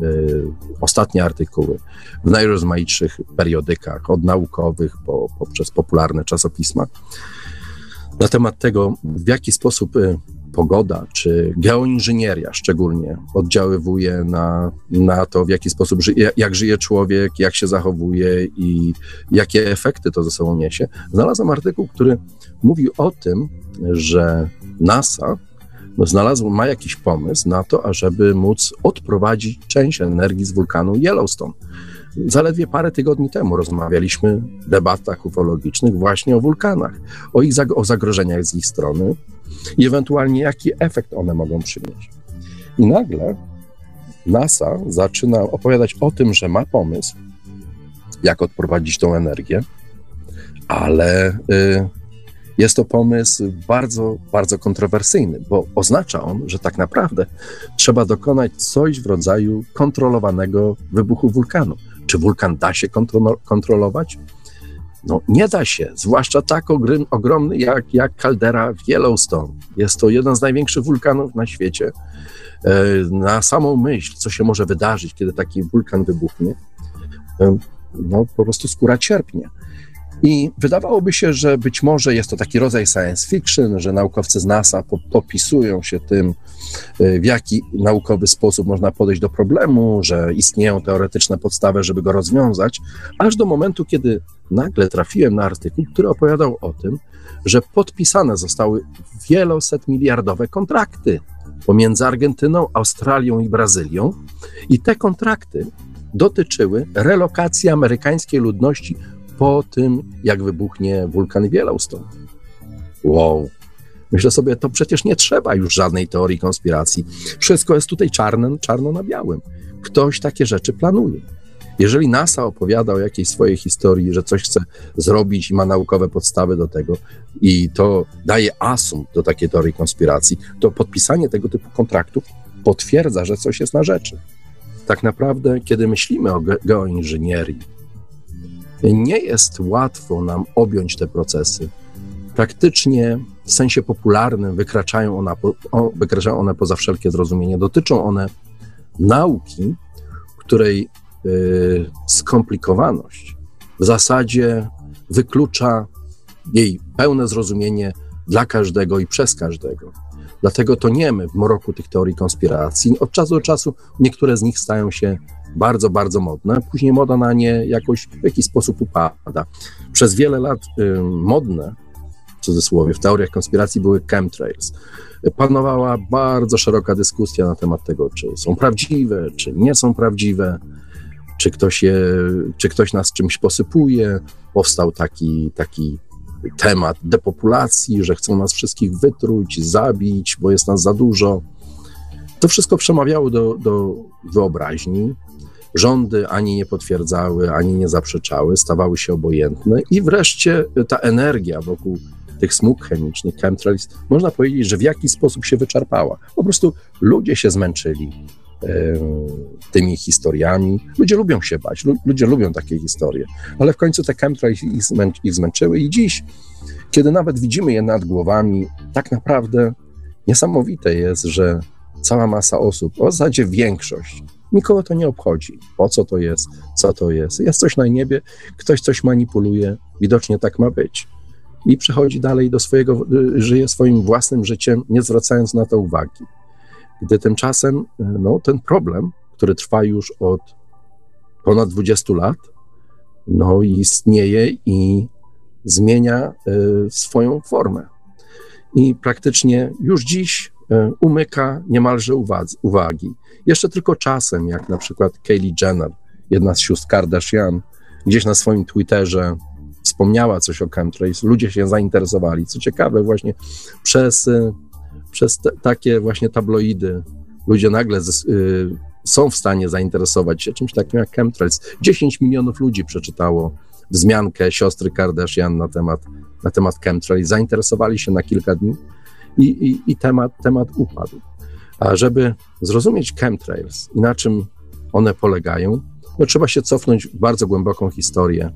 ostatnie artykuły w najrozmaitszych periodykach, od naukowych poprzez popularne czasopisma, na temat tego, w jaki sposób pogoda czy geoinżynieria szczególnie oddziaływuje na to, w jaki sposób jak żyje człowiek, jak się zachowuje i jakie efekty to ze sobą niesie, znalazłem artykuł, który mówił o tym, że NASA ma jakiś pomysł na to, ażeby móc odprowadzić część energii z wulkanu Yellowstone. Zaledwie parę tygodni temu rozmawialiśmy w debatach ufologicznych właśnie o wulkanach, o zagrożeniach z ich strony i ewentualnie jaki efekt one mogą przynieść. I nagle NASA zaczyna opowiadać o tym, że ma pomysł, jak odprowadzić tą energię, ale jest to pomysł bardzo, bardzo kontrowersyjny, bo oznacza on, że tak naprawdę trzeba dokonać coś w rodzaju kontrolowanego wybuchu wulkanu. Czy wulkan da się kontrolować? Nie da się, zwłaszcza tak ogromny jak kaldera w Yellowstone. Jest to jeden z największych wulkanów na świecie. Na samą myśl, co się może wydarzyć, kiedy taki wulkan wybuchnie, po prostu skóra cierpnie. I wydawałoby się, że być może jest to taki rodzaj science fiction, że naukowcy z NASA popisują się tym, w jaki naukowy sposób można podejść do problemu, że istnieją teoretyczne podstawy, żeby go rozwiązać, aż do momentu, kiedy nagle trafiłem na artykuł, który opowiadał o tym, że podpisane zostały wielosetmiliardowe kontrakty pomiędzy Argentyną, Australią i Brazylią i te kontrakty dotyczyły relokacji amerykańskiej ludności po tym, jak wybuchnie wulkan Yellowstone. Wow. Myślę sobie, to przecież nie trzeba już żadnej teorii konspiracji. Wszystko jest tutaj czarno na białym. Ktoś takie rzeczy planuje. Jeżeli NASA opowiada o jakiejś swojej historii, że coś chce zrobić i ma naukowe podstawy do tego i to daje asumpt do takiej teorii konspiracji, to podpisanie tego typu kontraktów potwierdza, że coś jest na rzeczy. Tak naprawdę, kiedy myślimy o geoinżynierii, nie jest łatwo nam objąć te procesy. Praktycznie w sensie popularnym wykraczają one poza wszelkie zrozumienie. Dotyczą one nauki, której skomplikowaność w zasadzie wyklucza jej pełne zrozumienie dla każdego i przez każdego. Dlatego toniemy w mroku tych teorii konspiracji. Od czasu do czasu niektóre z nich stają się bardzo, bardzo modne. Później moda na nie jakoś w jakiś sposób upada. Przez wiele lat modne, w cudzysłowie, w teoriach konspiracji były chemtrails. Panowała bardzo szeroka dyskusja na temat tego, czy są prawdziwe, czy nie są prawdziwe, czy ktoś nas czymś posypuje. Powstał taki temat depopulacji, że chcą nas wszystkich wytruć, zabić, bo jest nas za dużo. To wszystko przemawiało do wyobraźni. Rządy ani nie potwierdzały, ani nie zaprzeczały, stawały się obojętne i wreszcie ta energia wokół tych smug chemicznych, chemtrails, można powiedzieć, że w jakiś sposób się wyczerpała. Po prostu ludzie się zmęczyli tymi historiami. Ludzie lubią się bać, ludzie lubią takie historie, ale w końcu te chemtrails ich zmęczyły i dziś, kiedy nawet widzimy je nad głowami, tak naprawdę niesamowite jest, że cała masa osób, w zasadzie większość, nikogo to nie obchodzi. Po co to jest? Co to jest? Jest coś na niebie, ktoś coś manipuluje, widocznie tak ma być. I przechodzi dalej do żyje swoim własnym życiem, nie zwracając na to uwagi. Gdy tymczasem ten problem, który trwa już od ponad 20 lat, istnieje i zmienia swoją formę. I praktycznie już dziś umyka niemalże uwagi. Jeszcze tylko czasem, jak na przykład Kylie Jenner, jedna z sióstr Kardashian, gdzieś na swoim Twitterze wspomniała coś o chemtrails, ludzie się zainteresowali. Co ciekawe, właśnie przez takie właśnie tabloidy ludzie nagle są w stanie zainteresować się czymś takim jak chemtrails. 10 milionów ludzi przeczytało wzmiankę siostry Kardashian na temat chemtrails, zainteresowali się na kilka dni i temat upadł. A żeby zrozumieć chemtrails i na czym one polegają, trzeba się cofnąć w bardzo głęboką historię.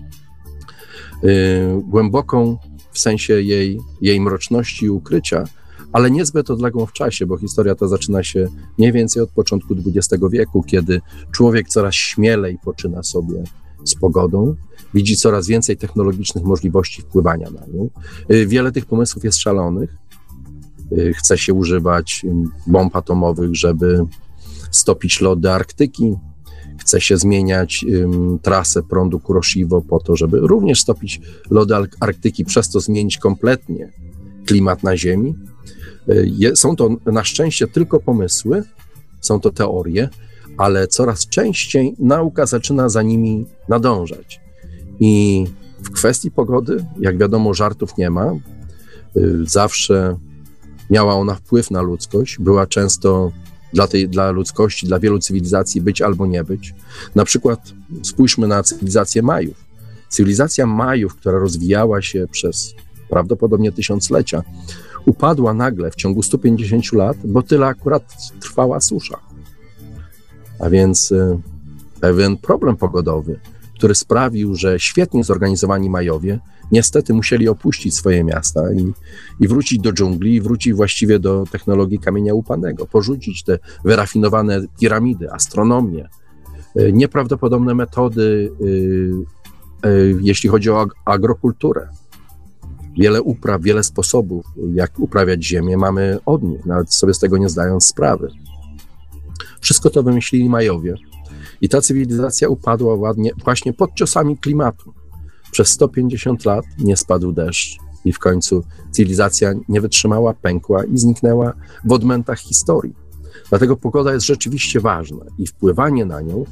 Głęboką w sensie jej mroczności i ukrycia, ale niezbyt odległą w czasie, bo historia ta zaczyna się mniej więcej od początku XX wieku, kiedy człowiek coraz śmielej poczyna sobie z pogodą, widzi coraz więcej technologicznych możliwości wpływania na nią. Wiele tych pomysłów jest szalonych. Chce się używać bomb atomowych, żeby stopić lody Arktyki. Chce się zmieniać trasę prądu Kuroshima po to, żeby również stopić lody Arktyki, przez to zmienić kompletnie klimat na Ziemi. Są to na szczęście tylko pomysły, są to teorie, ale coraz częściej nauka zaczyna za nimi nadążać. I w kwestii pogody, jak wiadomo, żartów nie ma. Zawsze miała ona wpływ na ludzkość, była często dla ludzkości, dla wielu cywilizacji być albo nie być. Na przykład spójrzmy na cywilizację Majów. Cywilizacja Majów, która rozwijała się przez prawdopodobnie tysiąclecia, upadła nagle w ciągu 150 lat, bo tyle akurat trwała susza. A więc pewien problem pogodowy, który sprawił, że świetnie zorganizowani Majowie niestety musieli opuścić swoje miasta i wrócić do dżungli, i wrócić właściwie do technologii kamienia łupanego, porzucić te wyrafinowane piramidy, astronomię, nieprawdopodobne metody, jeśli chodzi o agrokulturę. Wiele upraw, wiele sposobów, jak uprawiać ziemię, mamy od nich, nawet sobie z tego nie zdając sprawy. Wszystko to wymyślili Majowie. I ta cywilizacja upadła właśnie pod ciosami klimatu. Przez 150 lat nie spadł deszcz i w końcu cywilizacja nie wytrzymała, pękła i zniknęła w odmętach historii. Dlatego pogoda jest rzeczywiście ważna i wpływanie na nią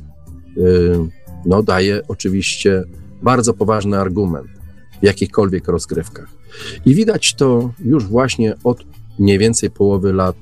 daje oczywiście bardzo poważny argument w jakichkolwiek rozgrywkach. I widać to już właśnie od mniej więcej połowy lat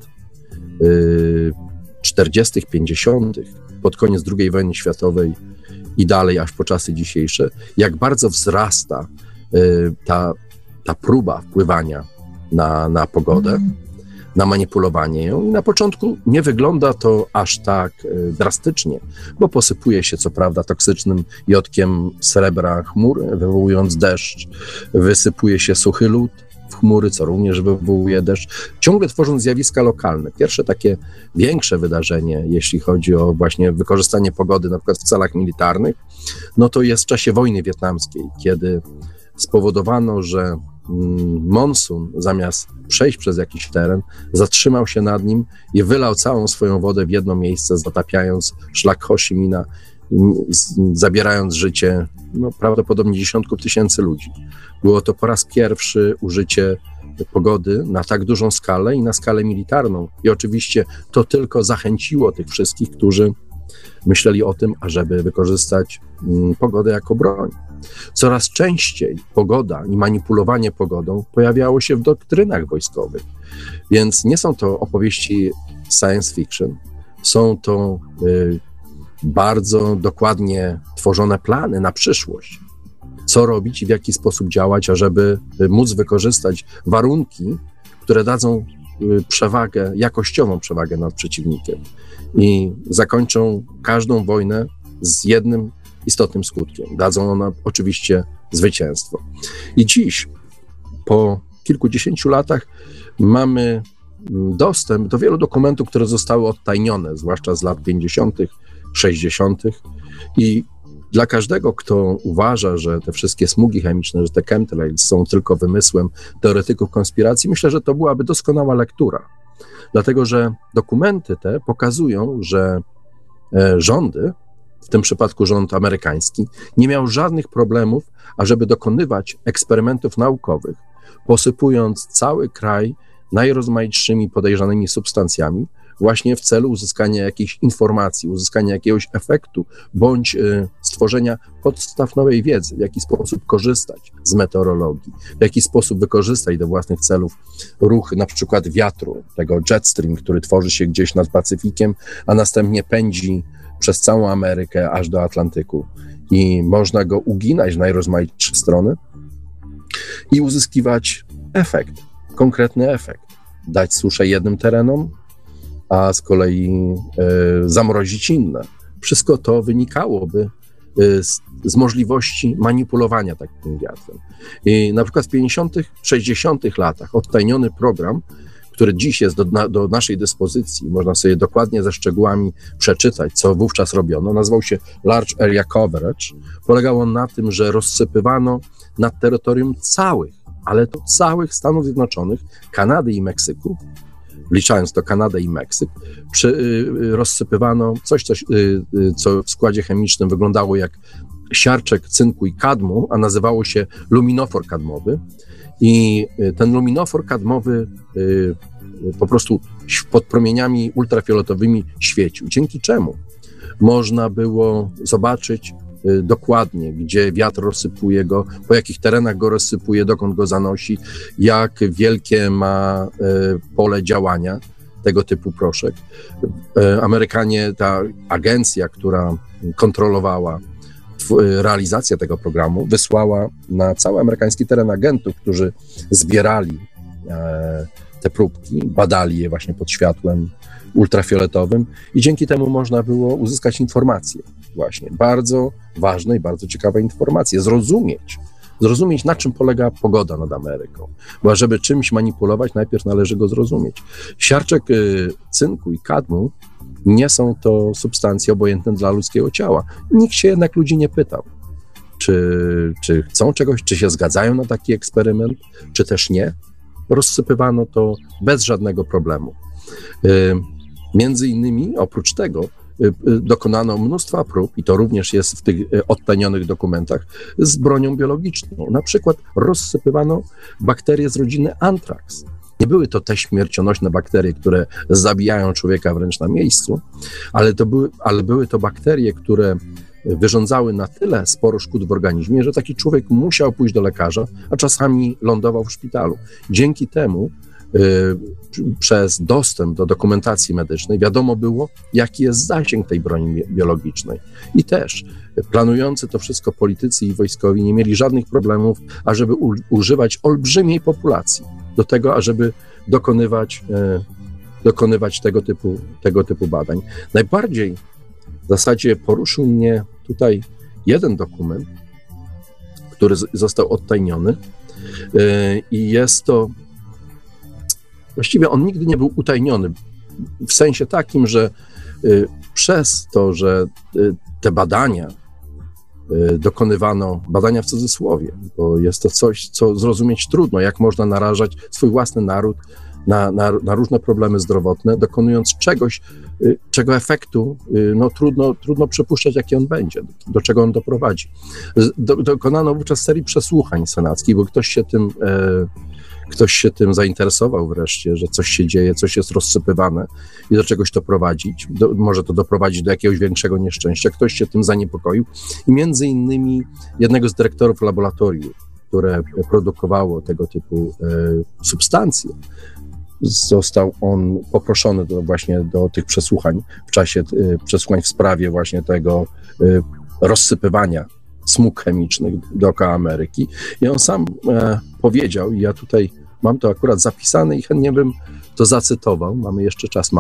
40., 50., pod koniec II wojny światowej i dalej, aż po czasy dzisiejsze, jak bardzo wzrasta ta próba wpływania na pogodę, na manipulowanie ją. I na początku nie wygląda to aż tak drastycznie, bo posypuje się co prawda toksycznym jodkiem srebra chmur, wywołując deszcz, wysypuje się suchy lód w chmury, co również wywołuje deszcz, ciągle tworząc zjawiska lokalne. Pierwsze takie większe wydarzenie, jeśli chodzi o właśnie wykorzystanie pogody, na przykład w celach militarnych, to jest w czasie wojny wietnamskiej, kiedy spowodowano, że monsun, zamiast przejść przez jakiś teren, zatrzymał się nad nim i wylał całą swoją wodę w jedno miejsce, zatapiając szlak Ho Chi Minha, zabierając życie prawdopodobnie dziesiątków tysięcy ludzi. Było to po raz pierwszy użycie pogody na tak dużą skalę i na skalę militarną. I oczywiście to tylko zachęciło tych wszystkich, którzy myśleli o tym, ażeby wykorzystać pogodę jako broń. Coraz częściej pogoda i manipulowanie pogodą pojawiało się w doktrynach wojskowych, więc nie są to opowieści science fiction, są to bardzo dokładnie tworzone plany na przyszłość. Co robić i w jaki sposób działać, ażeby móc wykorzystać warunki, które dadzą przewagę, jakościową przewagę nad przeciwnikiem i zakończą każdą wojnę z jednym istotnym skutkiem. Dadzą one oczywiście zwycięstwo. I dziś, po kilkudziesięciu latach, mamy dostęp do wielu dokumentów, które zostały odtajnione, zwłaszcza z lat 50., 60. I dla każdego, kto uważa, że te wszystkie smugi chemiczne, że te chemtrails są tylko wymysłem teoretyków konspiracji, myślę, że to byłaby doskonała lektura. Dlatego, że dokumenty te pokazują, że rządy, w tym przypadku rząd amerykański, nie miał żadnych problemów, ażeby dokonywać eksperymentów naukowych, posypując cały kraj najrozmaitszymi podejrzanymi substancjami, właśnie w celu uzyskania jakiejś informacji, uzyskania jakiegoś efektu, bądź stworzenia podstaw nowej wiedzy, w jaki sposób korzystać z meteorologii, w jaki sposób wykorzystać do własnych celów ruch na przykład wiatru, tego jet stream, który tworzy się gdzieś nad Pacyfikiem, a następnie pędzi przez całą Amerykę aż do Atlantyku i można go uginać w najrozmaitsze strony i uzyskiwać efekt, konkretny efekt, dać suszę jednym terenom, a z kolei zamrozić inne. Wszystko to wynikałoby z możliwości manipulowania takim wiatrem. I na przykład w 50., 60. latach odtajniony program, który dziś jest do naszej dyspozycji, można sobie dokładnie ze szczegółami przeczytać, co wówczas robiono, nazywał się Large Area Coverage. Polegał on na tym, że rozsypywano nad terytorium całych, ale to całych Stanów Zjednoczonych, Kanady i Meksyku, wliczając to Kanadę i Meksyk, rozsypywano coś, co w składzie chemicznym wyglądało jak siarczek cynku i kadmu, a nazywało się luminofor kadmowy. I ten luminofor kadmowy po prostu pod promieniami ultrafioletowymi świecił, dzięki czemu można było zobaczyć dokładnie, gdzie wiatr rozsypuje go, po jakich terenach go rozsypuje, dokąd go zanosi, jak wielkie ma pole działania tego typu proszek. Amerykanie, ta agencja, która kontrolowała realizację tego programu, wysłała na cały amerykański teren agentów, którzy zbierali te próbki, badali je właśnie pod światłem ultrafioletowym i dzięki temu można było uzyskać informacje, właśnie bardzo ważne i bardzo ciekawe informacje, zrozumieć, na czym polega pogoda nad Ameryką, bo żeby czymś manipulować, najpierw należy go zrozumieć. Siarczek cynku i kadmu nie są to substancje obojętne dla ludzkiego ciała. Nikt się jednak ludzi nie pytał, czy chcą czegoś, czy się zgadzają na taki eksperyment, czy też nie. Rozsypywano to bez żadnego problemu. Między innymi, oprócz tego, dokonano mnóstwa prób, i to również jest w tych odtajnionych dokumentach, z bronią biologiczną. Na przykład rozsypywano bakterie z rodziny Anthrax. Nie były to te śmiercionośne bakterie, które zabijają człowieka wręcz na miejscu, ale były to bakterie, które wyrządzały na tyle sporo szkód w organizmie, że taki człowiek musiał pójść do lekarza, a czasami lądował w szpitalu. Dzięki temu przez dostęp do dokumentacji medycznej wiadomo było, jaki jest zasięg tej broni biologicznej. I też planujący to wszystko politycy i wojskowi nie mieli żadnych problemów, ażeby używać olbrzymiej populacji do tego, ażeby dokonywać tego typu badań. Najbardziej w zasadzie poruszył mnie tutaj jeden dokument, który został odtajniony i jest to, właściwie on nigdy nie był utajniony, w sensie takim, że przez to, że te badania dokonywano, badania w cudzysłowie, bo jest to coś, co zrozumieć trudno, jak można narażać swój własny naród na różne problemy zdrowotne, dokonując czegoś, czego efektu trudno przypuszczać, jaki on będzie, do czego on doprowadzi. Dokonano wówczas serii przesłuchań senackich, bo ktoś się tym zainteresował wreszcie, że coś się dzieje, coś jest rozsypywane i do czegoś to prowadzić, może to doprowadzić do jakiegoś większego nieszczęścia. Ktoś się tym zaniepokoił i między innymi jednego z dyrektorów laboratorium, które produkowało tego typu substancje, został on poproszony właśnie do tych przesłuchań, w czasie przesłuchań w sprawie właśnie tego rozsypywania smug chemicznych dookoła Ameryki. I on sam powiedział, i ja tutaj mam to akurat zapisane i chętnie bym to zacytował, jeszcze czas.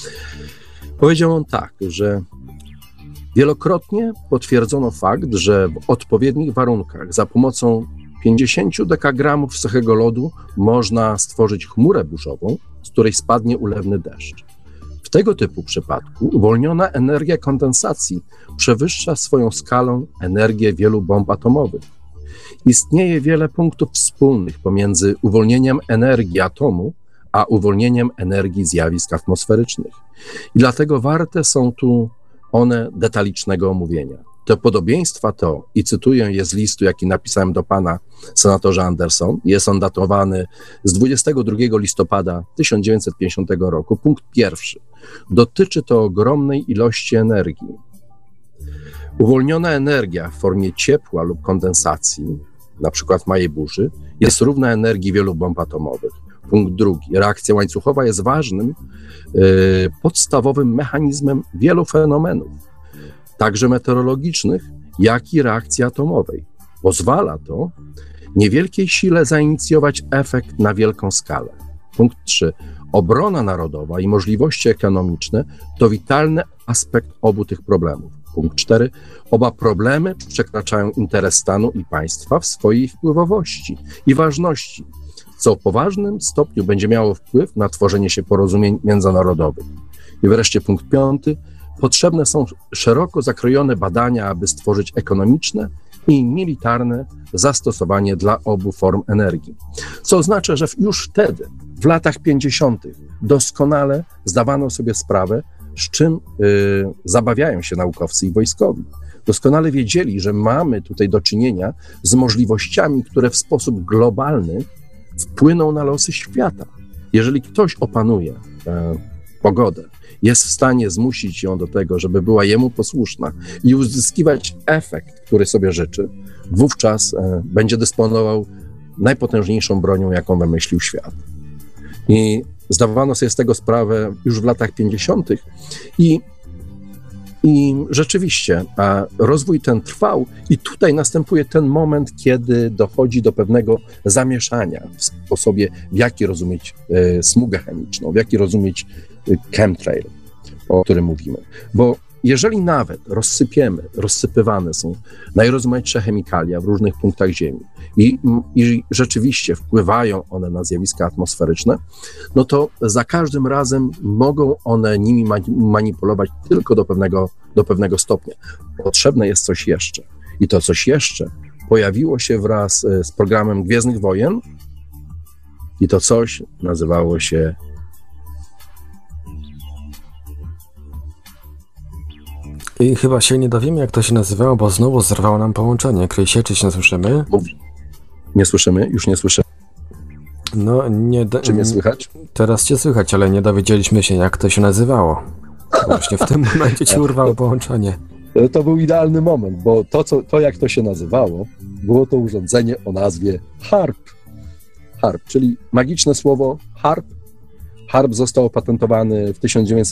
Powiedział on tak, że wielokrotnie potwierdzono fakt, że w odpowiednich warunkach za pomocą 50 dekagramów suchego lodu można stworzyć chmurę burzową, z której spadnie ulewny deszcz. W tego typu przypadku uwolniona energia kondensacji przewyższa swoją skalą energię wielu bomb atomowych. Istnieje wiele punktów wspólnych pomiędzy uwolnieniem energii atomu a uwolnieniem energii zjawisk atmosferycznych. I dlatego warte są tu one detalicznego omówienia. Te podobieństwa to, i cytuję je z listu, jaki napisałem do pana senatorza Anderson, jest on datowany z 22 listopada 1950 roku. Punkt pierwszy. Dotyczy to ogromnej ilości energii. Uwolniona energia w formie ciepła lub kondensacji, na przykład w małej burzy, jest równa energii wielu bomb atomowych. Punkt drugi. Reakcja łańcuchowa jest ważnym, podstawowym mechanizmem wielu fenomenów, także meteorologicznych, jak i reakcji atomowej. Pozwala to niewielkiej sile zainicjować efekt na wielką skalę. Punkt 3. Obrona narodowa i możliwości ekonomiczne to witalny aspekt obu tych problemów. Punkt 4. Oba problemy przekraczają interes stanu i państwa w swojej wpływowości i ważności, co w poważnym stopniu będzie miało wpływ na tworzenie się porozumień międzynarodowych. I wreszcie punkt 5. Potrzebne są szeroko zakrojone badania, aby stworzyć ekonomiczne i militarne zastosowanie dla obu form energii. Co oznacza, że już wtedy, w latach 50., doskonale zdawano sobie sprawę, z czym zabawiają się naukowcy i wojskowi. Doskonale wiedzieli, że mamy tutaj do czynienia z możliwościami, które w sposób globalny wpłyną na losy świata. Jeżeli ktoś opanuje pogodę, jest w stanie zmusić ją do tego, żeby była jemu posłuszna i uzyskiwać efekt, który sobie życzy, wówczas będzie dysponował najpotężniejszą bronią, jaką wymyślił świat. I zdawano sobie z tego sprawę już w latach 50. I rzeczywiście rozwój ten trwał i tutaj następuje ten moment, kiedy dochodzi do pewnego zamieszania w sposobie, w jaki rozumieć smugę chemiczną, w jaki rozumieć chemtrail, o którym mówimy. Bo jeżeli nawet rozsypywane są najrozmaitsze chemikalia w różnych punktach Ziemi i rzeczywiście wpływają one na zjawiska atmosferyczne, no to za każdym razem mogą one nimi manipulować tylko do pewnego stopnia. Potrzebne jest coś jeszcze. I to coś jeszcze pojawiło się wraz z programem Gwiezdnych Wojen i to coś nazywało się I chyba się nie dowiemy, jak to się nazywało, bo znowu zerwało nam połączenie. Krysie, czy się słyszymy? Nie słyszymy? Już nie słyszymy. No, Czy mnie słychać? Teraz cię słychać, ale nie dowiedzieliśmy się, jak to się nazywało. Właśnie w tym momencie ci urwało połączenie. To był idealny moment, bo to jak to się nazywało, było to urządzenie o nazwie HAARP. HAARP, czyli magiczne słowo HAARP. HAARP został opatentowany w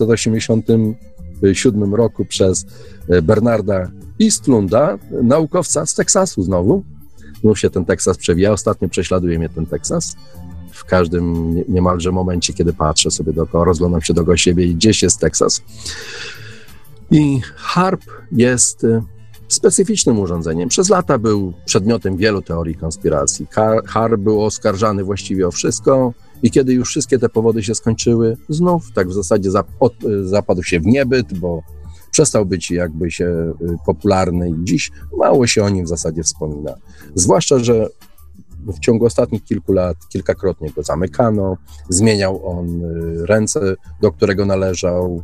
1987 roku przez Bernarda Eastlunda, naukowca z Teksasu znowu. Znów się ten Teksas przewija. Ostatnio prześladuje mnie ten Teksas. W każdym niemalże momencie, kiedy patrzę sobie dookoła, rozglądam się dookoła siebie i gdzieś jest Teksas. I HAARP jest specyficznym urządzeniem. Przez lata był przedmiotem wielu teorii konspiracji. HAARP był oskarżany właściwie o wszystko i kiedy już wszystkie te powody się skończyły, znów tak w zasadzie zapadł się w niebyt, bo przestał być jakby się popularny i dziś mało się o nim w zasadzie wspomina. Zwłaszcza, że w ciągu ostatnich kilku lat kilkakrotnie go zamykano, zmieniał on ręce, do którego należał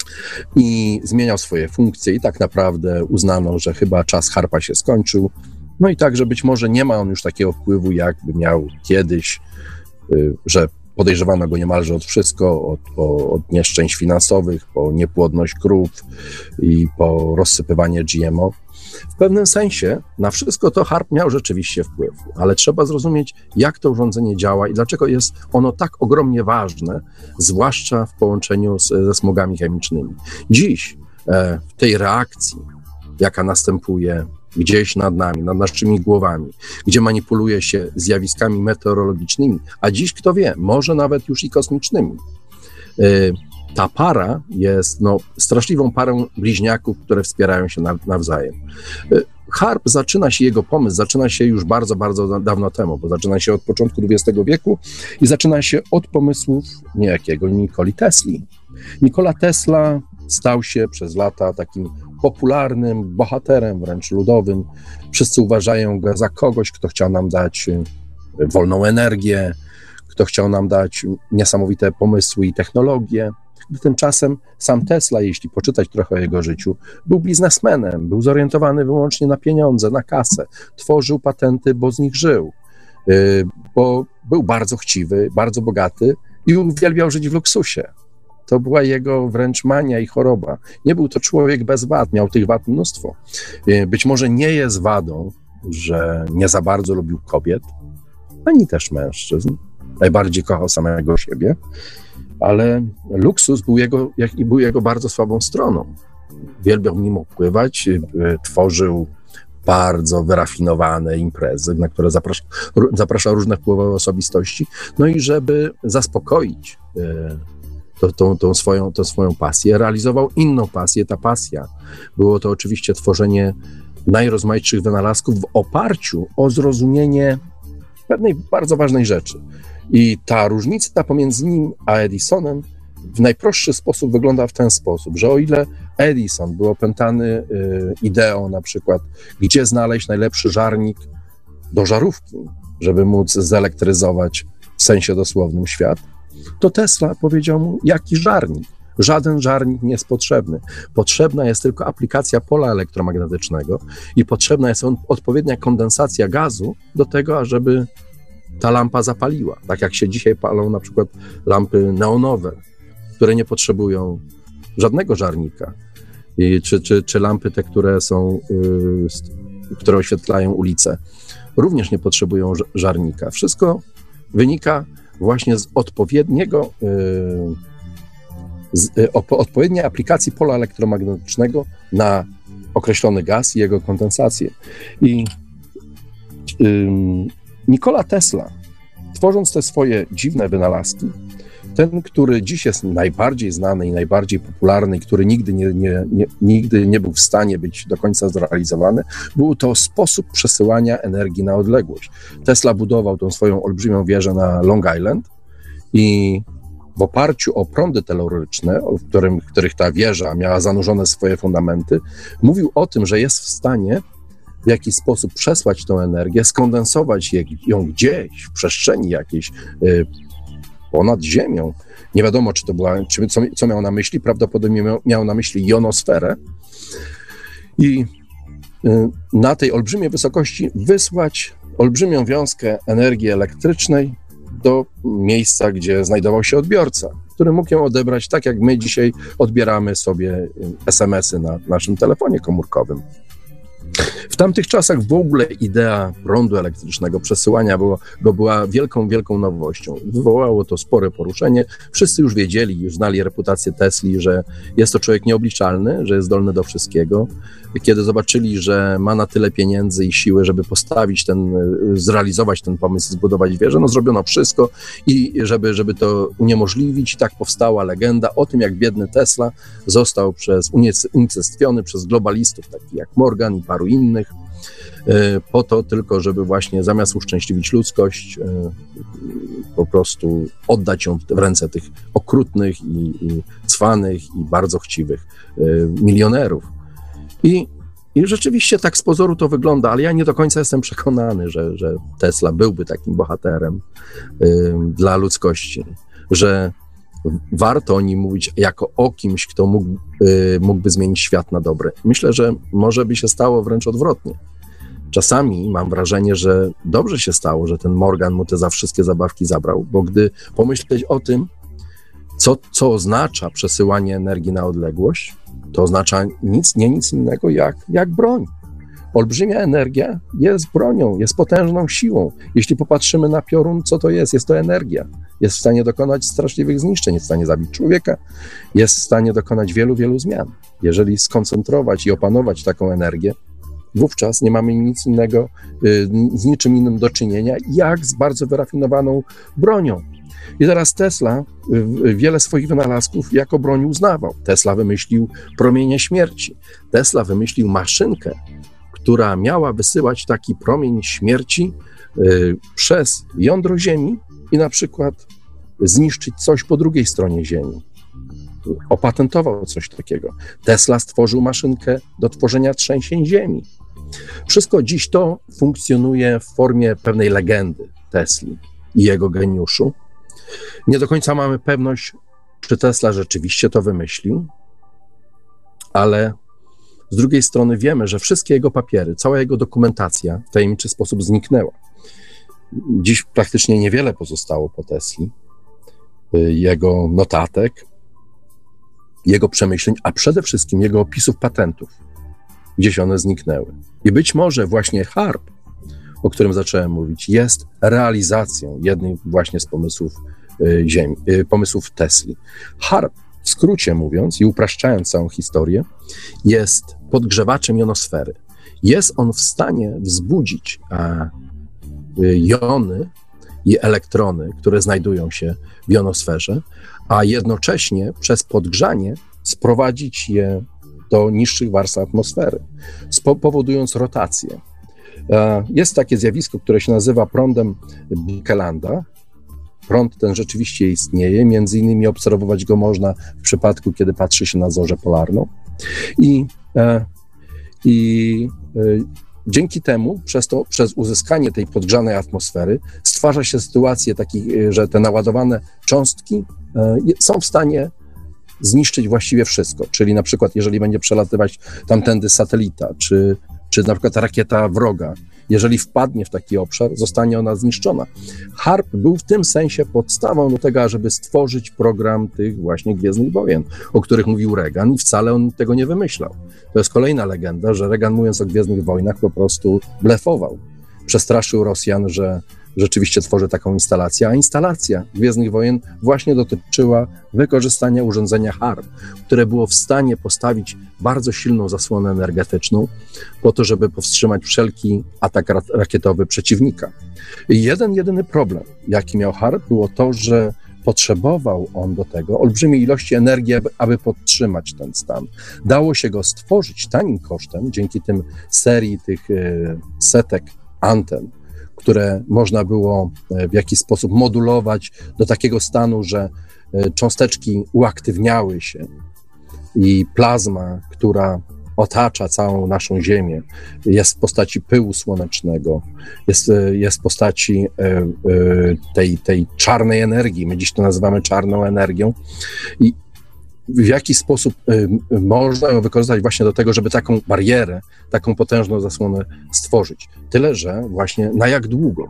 i zmieniał swoje funkcje i tak naprawdę uznano, że chyba czas HAARPa się skończył No i także być może nie ma on już takiego wpływu, jakby miał kiedyś, że podejrzewano go niemalże od wszystko, od nieszczęść finansowych, po niepłodność krów i po rozsypywanie GMO. W pewnym sensie na wszystko to HAARP miał rzeczywiście wpływ, ale trzeba zrozumieć, jak to urządzenie działa i dlaczego jest ono tak ogromnie ważne, zwłaszcza w połączeniu ze smogami chemicznymi. Dziś w tej reakcji, jaka następuje gdzieś nad nami, nad naszymi głowami, gdzie manipuluje się zjawiskami meteorologicznymi, a dziś, kto wie, może nawet już i kosmicznymi. Ta para jest straszliwą parą bliźniaków, które wspierają się nawzajem. HAARP jego pomysł zaczyna się już bardzo, bardzo dawno temu, bo zaczyna się od początku XX wieku i zaczyna się od pomysłów niejakiego Nikoli Tesli. Nikola Tesla stał się przez lata takim popularnym bohaterem, wręcz ludowym. Wszyscy uważają go za kogoś, kto chciał nam dać wolną energię, kto chciał nam dać niesamowite pomysły i technologie. Tymczasem sam Tesla, jeśli poczytać trochę o jego życiu, był biznesmenem, był zorientowany wyłącznie na pieniądze, na kasę, tworzył patenty, bo z nich żył, bo był bardzo chciwy, bardzo bogaty i uwielbiał żyć w luksusie. To była jego wręcz mania i choroba. Nie był to człowiek bez wad, miał tych wad mnóstwo. Być może nie jest wadą, że nie za bardzo lubił kobiet, ani też mężczyzn. Najbardziej kochał samego siebie, ale luksus był jego bardzo słabą stroną. Uwielbiał nim opływać, tworzył bardzo wyrafinowane imprezy, na które zapraszał różne wpływowe osobistości. No i żeby zaspokoić tą swoją pasję, realizował inną pasję. Ta pasja było to oczywiście tworzenie najrozmaitszych wynalazków w oparciu o zrozumienie pewnej bardzo ważnej rzeczy. I ta różnica pomiędzy nim a Edisonem w najprostszy sposób wygląda w ten sposób, że o ile Edison był opętany ideą na przykład, gdzie znaleźć najlepszy żarnik do żarówki, żeby móc zelektryzować w sensie dosłownym świat, to Tesla powiedział mu, jaki żarnik? Żaden żarnik nie jest potrzebny. Potrzebna jest tylko aplikacja pola elektromagnetycznego i potrzebna jest odpowiednia kondensacja gazu do tego, ażeby ta lampa zapaliła. Tak jak się dzisiaj palą na przykład lampy neonowe, które nie potrzebują żadnego żarnika. Czy lampy te, które oświetlają ulice, również nie potrzebują żarnika. Wszystko wynika właśnie z odpowiedniej aplikacji pola elektromagnetycznego na określony gaz i jego kondensację. I Nikola Tesla, tworząc te swoje dziwne wynalazki, ten, który dziś jest najbardziej znany i najbardziej popularny, który nigdy nie był w stanie być do końca zrealizowany, był to sposób przesyłania energii na odległość. Tesla budował tą swoją olbrzymią wieżę na Long Island i w oparciu o prądy teluryczne, w których ta wieża miała zanurzone swoje fundamenty, mówił o tym, że jest w stanie w jakiś sposób przesłać tę energię, skondensować ją gdzieś w przestrzeni jakiejś ponad Ziemią. Nie wiadomo, czy to była, co miał na myśli, prawdopodobnie miał na myśli jonosferę i na tej olbrzymiej wysokości wysłać olbrzymią wiązkę energii elektrycznej do miejsca, gdzie znajdował się odbiorca, który mógł ją odebrać tak, jak my dzisiaj odbieramy sobie SMS-y na naszym telefonie komórkowym. W tamtych czasach w ogóle idea prądu elektrycznego, przesyłania była wielką nowością. Wywołało to spore poruszenie. Wszyscy już wiedzieli, już znali reputację Tesli, że jest to człowiek nieobliczalny, że jest zdolny do wszystkiego. Kiedy zobaczyli, że ma na tyle pieniędzy i siły, żeby zrealizować ten pomysł, zbudować wieżę, zrobiono wszystko i żeby to uniemożliwić, tak powstała legenda o tym, jak biedny Tesla został unicestwiony przez globalistów, takich jak Morgan i paru innych, po to tylko, żeby właśnie zamiast uszczęśliwić ludzkość, po prostu oddać ją w ręce tych okrutnych i cwanych i bardzo chciwych milionerów. I rzeczywiście tak z pozoru to wygląda, ale ja nie do końca jestem przekonany, że Tesla byłby takim bohaterem dla ludzkości, że warto o nim mówić jako o kimś, kto mógłby zmienić świat na dobre. Myślę, że może by się stało wręcz odwrotnie. czasami mam wrażenie, że dobrze się stało, że ten Morgan mu te wszystkie zabawki zabrał, bo gdy pomyśleć o tym, co oznacza przesyłanie energii na odległość, to oznacza nic innego jak broń. Olbrzymia energia jest bronią, jest potężną siłą. Jeśli popatrzymy na piorun, co to jest? Jest to energia. Jest w stanie dokonać straszliwych zniszczeń, jest w stanie zabić człowieka, jest w stanie dokonać wielu zmian. Jeżeli skoncentrować i opanować taką energię, wówczas nie mamy nic innego, z niczym innym do czynienia, jak z bardzo wyrafinowaną bronią. I teraz Tesla wiele swoich wynalazków jako broń uznawał. Tesla wymyślił promienie śmierci. Tesla wymyślił maszynkę, która miała wysyłać taki promień śmierci przez jądro Ziemi i na przykład zniszczyć coś po drugiej stronie Ziemi. Opatentował coś takiego. Tesla stworzył maszynkę do tworzenia trzęsień ziemi. Wszystko dziś to funkcjonuje w formie pewnej legendy Tesli i jego geniuszu. Nie do końca mamy pewność, czy Tesla rzeczywiście to wymyślił, ale z drugiej strony wiemy, że wszystkie jego papiery, cała jego dokumentacja w tajemniczy sposób zniknęła. Dziś praktycznie niewiele pozostało po Tesli, jego notatek, jego przemyśleń, a przede wszystkim jego opisów patentów. Gdzieś one zniknęły. I być może właśnie HAARP, o którym zacząłem mówić, jest realizacją jednej właśnie z pomysłów Tesli. HAARP, w skrócie mówiąc i upraszczając całą historię, jest podgrzewaczem jonosfery. Jest on w stanie wzbudzić jony i elektrony, które znajdują się w jonosferze, a jednocześnie przez podgrzanie sprowadzić je do niższych warstw atmosfery, powodując rotację. Jest takie zjawisko, które się nazywa prądem Birkelanda. Prąd ten rzeczywiście istnieje, między innymi obserwować go można w przypadku, kiedy patrzy się na zorzę polarną. Dzięki temu, przez uzyskanie tej podgrzanej atmosfery, stwarza się sytuację takich, że te naładowane cząstki są w stanie zniszczyć właściwie wszystko. Czyli na przykład, jeżeli będzie przelatywać tamtędy satelita, czy na przykład rakieta wroga, jeżeli wpadnie w taki obszar, zostanie ona zniszczona. HAARP był w tym sensie podstawą do tego, żeby stworzyć program tych właśnie Gwiezdnych Wojen, o których mówił Reagan, i wcale on tego nie wymyślał. To jest kolejna legenda, że Reagan, mówiąc o Gwiezdnych Wojnach, po prostu blefował. Przestraszył Rosjan, że rzeczywiście tworzy taką instalację, a instalacja Gwiezdnych Wojen właśnie dotyczyła wykorzystania urządzenia HAARP, które było w stanie postawić bardzo silną zasłonę energetyczną po to, żeby powstrzymać wszelki atak rakietowy przeciwnika. I jedyny problem, jaki miał HAARP, było to, że potrzebował on do tego olbrzymiej ilości energii, aby podtrzymać ten stan. Dało się go stworzyć tanim kosztem, dzięki tym serii tych setek anten, które można było w jakiś sposób modulować do takiego stanu, że cząsteczki uaktywniały się i plazma, która otacza całą naszą Ziemię, jest w postaci pyłu słonecznego, jest w postaci tej czarnej energii. My dziś to nazywamy czarną energią i w jaki sposób można ją wykorzystać właśnie do tego, żeby taką barierę, taką potężną zasłonę stworzyć. Tyle, że właśnie na jak długo,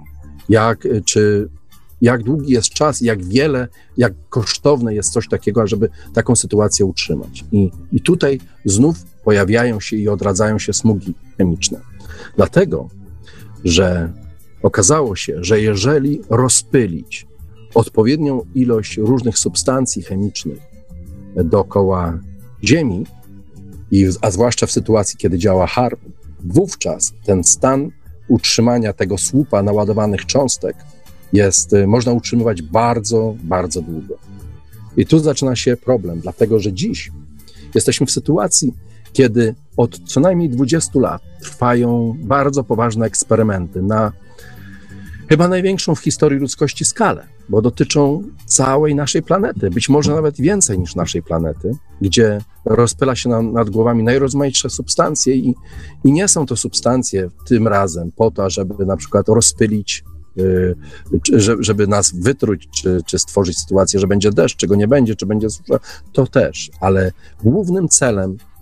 jak długi jest czas, jak kosztowne jest coś takiego, żeby taką sytuację utrzymać. I tutaj znów pojawiają się i odradzają się smugi chemiczne. Dlatego, że okazało się, że jeżeli rozpylić odpowiednią ilość różnych substancji chemicznych dookoła Ziemi, a zwłaszcza w sytuacji, kiedy działa HAARP, wówczas ten stan utrzymania tego słupa naładowanych cząstek można utrzymywać bardzo, bardzo długo. I tu zaczyna się problem, dlatego że dziś jesteśmy w sytuacji, kiedy od co najmniej 20 lat trwają bardzo poważne eksperymenty na chyba największą w historii ludzkości skalę, bo dotyczą całej naszej planety, być może nawet więcej niż naszej planety, gdzie rozpyla się nad głowami najrozmaitsze substancje i nie są to substancje tym razem po to, żeby na przykład rozpylić, żeby nas wytruć, czy stworzyć sytuację, że będzie deszcz, czego nie będzie, czy będzie susza, to też, ale głównym celem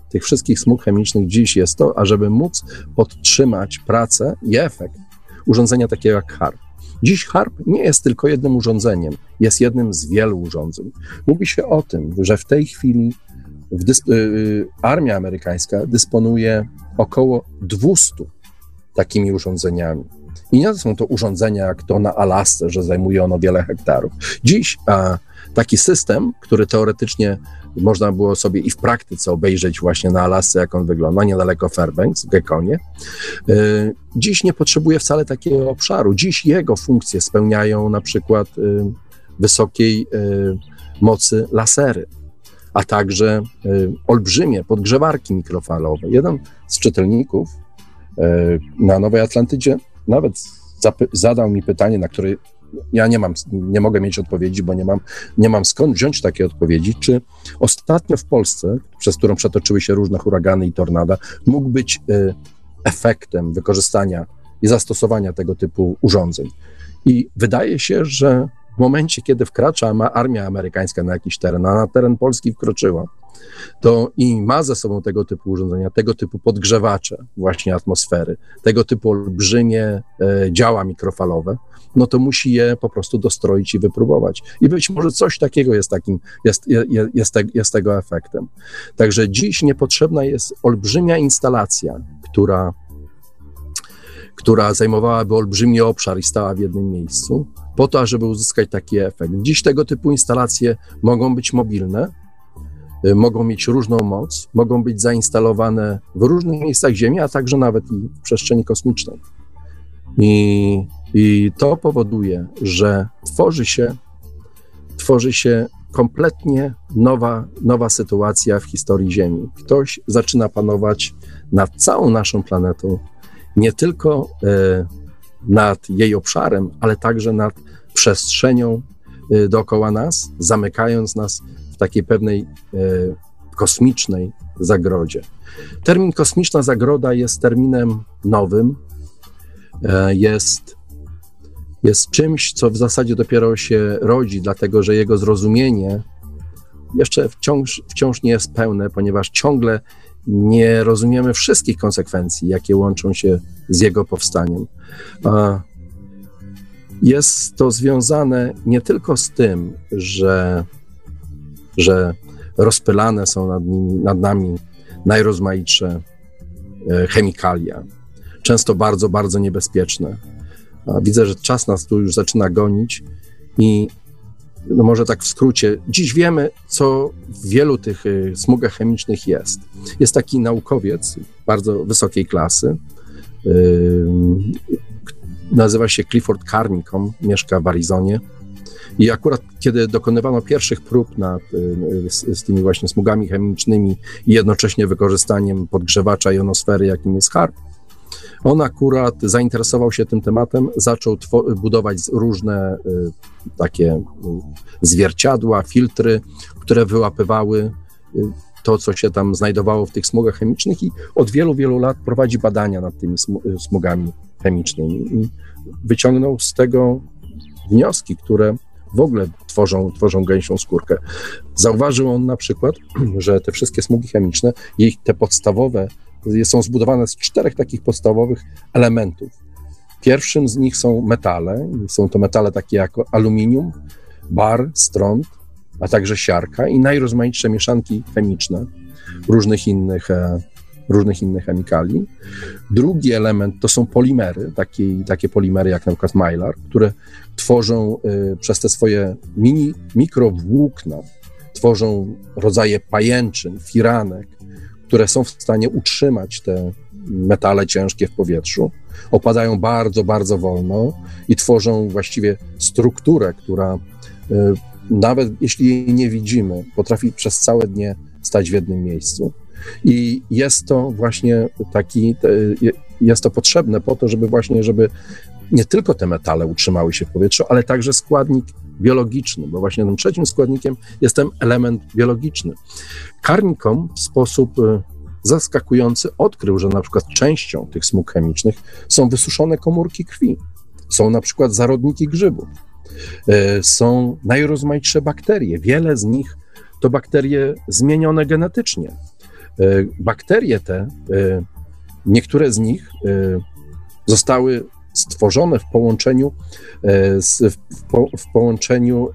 tych wszystkich smug chemicznych dziś jest to, ażeby móc podtrzymać pracę i efekt urządzenia takiego jak HAARP. Dziś HAARP nie jest tylko jednym urządzeniem, jest jednym z wielu urządzeń. Mówi się o tym, że w tej chwili armia amerykańska dysponuje około 200 takimi urządzeniami. I nie są to urządzenia jak to na Alasce, że zajmuje ono wiele hektarów. Dziś taki system, który teoretycznie można było sobie i w praktyce obejrzeć właśnie na Alasce, jak on wygląda, niedaleko Fairbanks, w Gekonie, dziś nie potrzebuje wcale takiego obszaru. Dziś jego funkcje spełniają na przykład wysokiej mocy lasery, a także olbrzymie podgrzewarki mikrofalowe. Jeden z czytelników na Nowej Atlantydzie nawet zadał mi pytanie, na które ja nie mogę mieć odpowiedzi, bo nie mam skąd wziąć takiej odpowiedzi, czy ostatnio w Polsce, przez którą przetoczyły się różne huragany i tornada, mógł być efektem wykorzystania i zastosowania tego typu urządzeń. I wydaje się, że w momencie, kiedy wkracza armia amerykańska na jakiś teren, a na teren Polski wkroczyła, to i ma ze sobą tego typu urządzenia, tego typu podgrzewacze właśnie atmosfery, tego typu olbrzymie działa mikrofalowe, no to musi je po prostu dostroić i wypróbować. I być może coś takiego jest tego efektem. Także dziś niepotrzebna jest olbrzymia instalacja, która zajmowałaby olbrzymi obszar i stała w jednym miejscu, po to, żeby uzyskać taki efekt. Dziś tego typu instalacje mogą być mobilne, mogą mieć różną moc, mogą być zainstalowane w różnych miejscach Ziemi, a także nawet i w przestrzeni kosmicznej. I to powoduje, że tworzy się kompletnie nowa sytuacja w historii Ziemi. Ktoś zaczyna panować nad całą naszą planetą, nie tylko nad jej obszarem, ale także nad przestrzenią dookoła nas, zamykając nas w takiej pewnej kosmicznej zagrodzie. Termin kosmiczna zagroda jest terminem nowym, jest czymś, co w zasadzie dopiero się rodzi, dlatego że jego zrozumienie jeszcze wciąż nie jest pełne, ponieważ ciągle nie rozumiemy wszystkich konsekwencji, jakie łączą się z jego powstaniem. Jest to związane nie tylko z tym, że rozpylane są nad nami najrozmaitsze chemikalia, często bardzo, bardzo niebezpieczne. Widzę, że czas nas tu już zaczyna gonić i no może tak w skrócie, dziś wiemy, co w wielu tych smugach chemicznych jest. Jest taki naukowiec bardzo wysokiej klasy, nazywa się Clifford Carnicom, mieszka w Arizonie i akurat kiedy dokonywano pierwszych prób z tymi właśnie smugami chemicznymi i jednocześnie wykorzystaniem podgrzewacza jonosfery, jakim jest HAARP, on akurat zainteresował się tym tematem, zaczął budować różne takie zwierciadła, filtry, które wyłapywały to, co się tam znajdowało w tych smugach chemicznych i od wielu, wielu lat prowadzi badania nad tymi smugami chemicznymi i wyciągnął z tego wnioski, które w ogóle tworzą gęsią skórkę. Zauważył on na przykład, że te wszystkie smugi chemiczne, te podstawowe, są zbudowane z 4 takich podstawowych elementów. Pierwszym z nich są metale. Są to metale takie jak aluminium, bar, stront, a także siarka i najrozmaitsze mieszanki chemiczne różnych innych chemikali. Drugi element to są polimery, takie polimery jak na przykład mylar, które tworzą przez te swoje mikrowłókna, tworzą rodzaje pajęczyn, firanek, które są w stanie utrzymać te metale ciężkie w powietrzu, opadają bardzo, bardzo wolno i tworzą właściwie strukturę, która nawet jeśli jej nie widzimy, potrafi przez całe dnie stać w jednym miejscu. I jest to właśnie jest to potrzebne po to, żeby nie tylko te metale utrzymały się w powietrzu, ale także składnik biologiczny, bo właśnie tym trzecim składnikiem jest ten element biologiczny. Carnicom w sposób zaskakujący odkrył, że na przykład częścią tych smug chemicznych są wysuszone komórki krwi, są na przykład zarodniki grzybów, są najrozmaitsze bakterie, wiele z nich to bakterie zmienione genetycznie. bakterie te, niektóre z nich zostały stworzone w połączeniu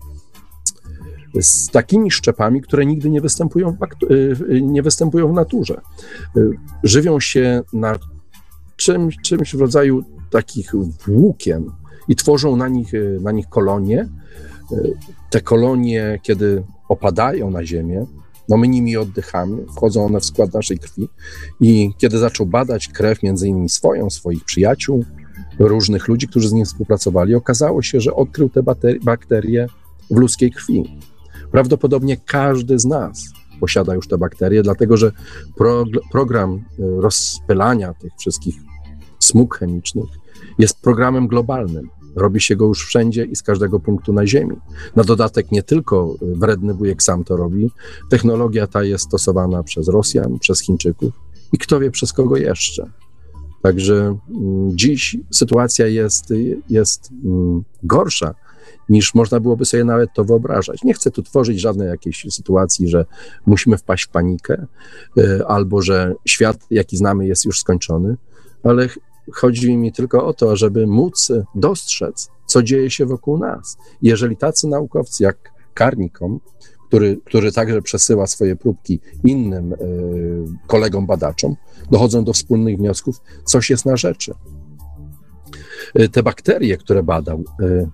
z takimi szczepami, które nigdy nie występują w naturze. Żywią się na czymś w rodzaju takich włókien i tworzą na nich kolonie. Te kolonie, kiedy opadają na ziemię, no my nimi oddychamy, wchodzą one w skład naszej krwi i kiedy zaczął badać krew, między innymi swoich przyjaciół, różnych ludzi, którzy z nim współpracowali, okazało się, że odkrył te bakterie w ludzkiej krwi. Prawdopodobnie każdy z nas posiada już te bakterie, dlatego że program rozpylania tych wszystkich smug chemicznych jest programem globalnym. Robi się go już wszędzie i z każdego punktu na Ziemi. Na dodatek nie tylko wredny wujek sam to robi, technologia ta jest stosowana przez Rosjan, przez Chińczyków i kto wie przez kogo jeszcze. Także dziś sytuacja jest gorsza, niż można byłoby sobie nawet to wyobrażać. Nie chcę tu tworzyć żadnej jakiejś sytuacji, że musimy wpaść w panikę, albo że świat, jaki znamy, jest już skończony, ale chodzi mi tylko o to, żeby móc dostrzec, co dzieje się wokół nas. Jeżeli tacy naukowcy jak Carnicom, który także przesyła swoje próbki innym kolegom badaczom, dochodzą do wspólnych wniosków, coś jest na rzeczy. Te bakterie, które badał,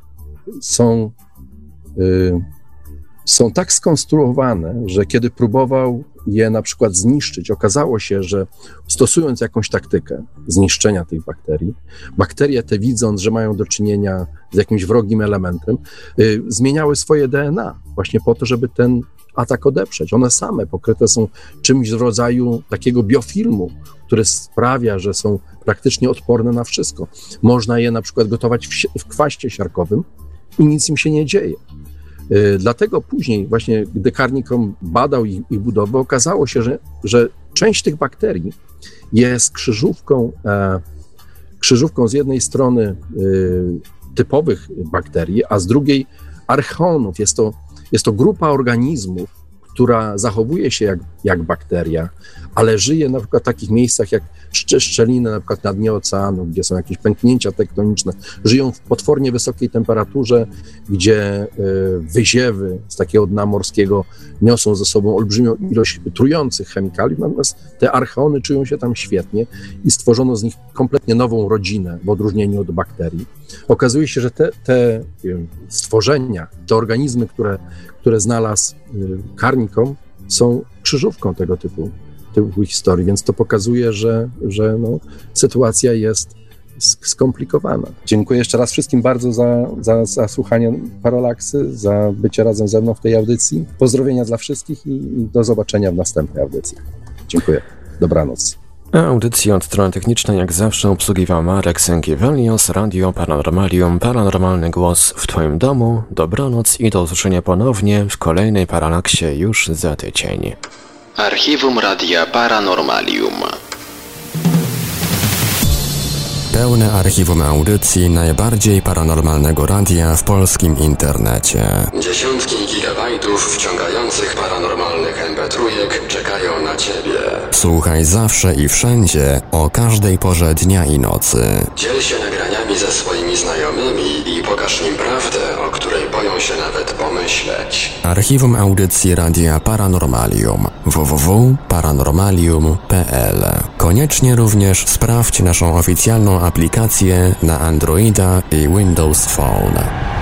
są tak skonstruowane, że kiedy próbował je na przykład zniszczyć, okazało się, że stosując jakąś taktykę zniszczenia tych bakterii, bakterie te, widząc, że mają do czynienia z jakimś wrogim elementem, zmieniały swoje DNA właśnie po to, żeby ten atak odeprzeć. One same pokryte są czymś w rodzaju takiego biofilmu, który sprawia, że są praktycznie odporne na wszystko. Można je na przykład gotować w kwaście siarkowym i nic im się nie dzieje. Dlatego później właśnie, gdy Carnicom badał ich budowę, okazało się, że część tych bakterii jest krzyżówką z jednej strony typowych bakterii, a z drugiej archeonów. Jest to grupa organizmów, która zachowuje się jak bakteria, ale żyje na przykład w takich miejscach jak szczeliny, na przykład na dnie oceanu, gdzie są jakieś pęknięcia tektoniczne. Żyją w potwornie wysokiej temperaturze, gdzie wyziewy z takiego dna morskiego niosą ze sobą olbrzymią ilość trujących chemikaliów, natomiast te archeony czują się tam świetnie i stworzono z nich kompletnie nową rodzinę w odróżnieniu od bakterii. Okazuje się, że te stworzenia, te organizmy, które znalazł Carnicom, są krzyżówką tego typu historii, więc to pokazuje, że sytuacja jest skomplikowana. Dziękuję jeszcze raz wszystkim bardzo za słuchanie Paralaksy, za bycie razem ze mną w tej audycji. Pozdrowienia dla wszystkich i do zobaczenia w następnej audycji. Dziękuję. Dobranoc. A audycję od strony technicznej jak zawsze obsługiwał Marek Sękiewelios, Radio Paranormalium, paranormalny głos w Twoim domu. Dobranoc i do usłyszenia ponownie w kolejnej Paralaksie już za tydzień. Archiwum Radia Paranormalium. Pełne archiwum audycji najbardziej paranormalnego radia w polskim internecie. Dziesiątki gigabajtów wciągających paranormalnych MP3 czekają na Ciebie. Słuchaj zawsze i wszędzie, o każdej porze dnia i nocy. Dziel się nagraniami ze swoimi znajomymi i pokaż im prawdę, o której boją się nawet pomyśleć. Archiwum audycji Radia Paranormalium. www.paranormalium.pl. Koniecznie również sprawdź naszą oficjalną aplikację na Androida i Windows Phone.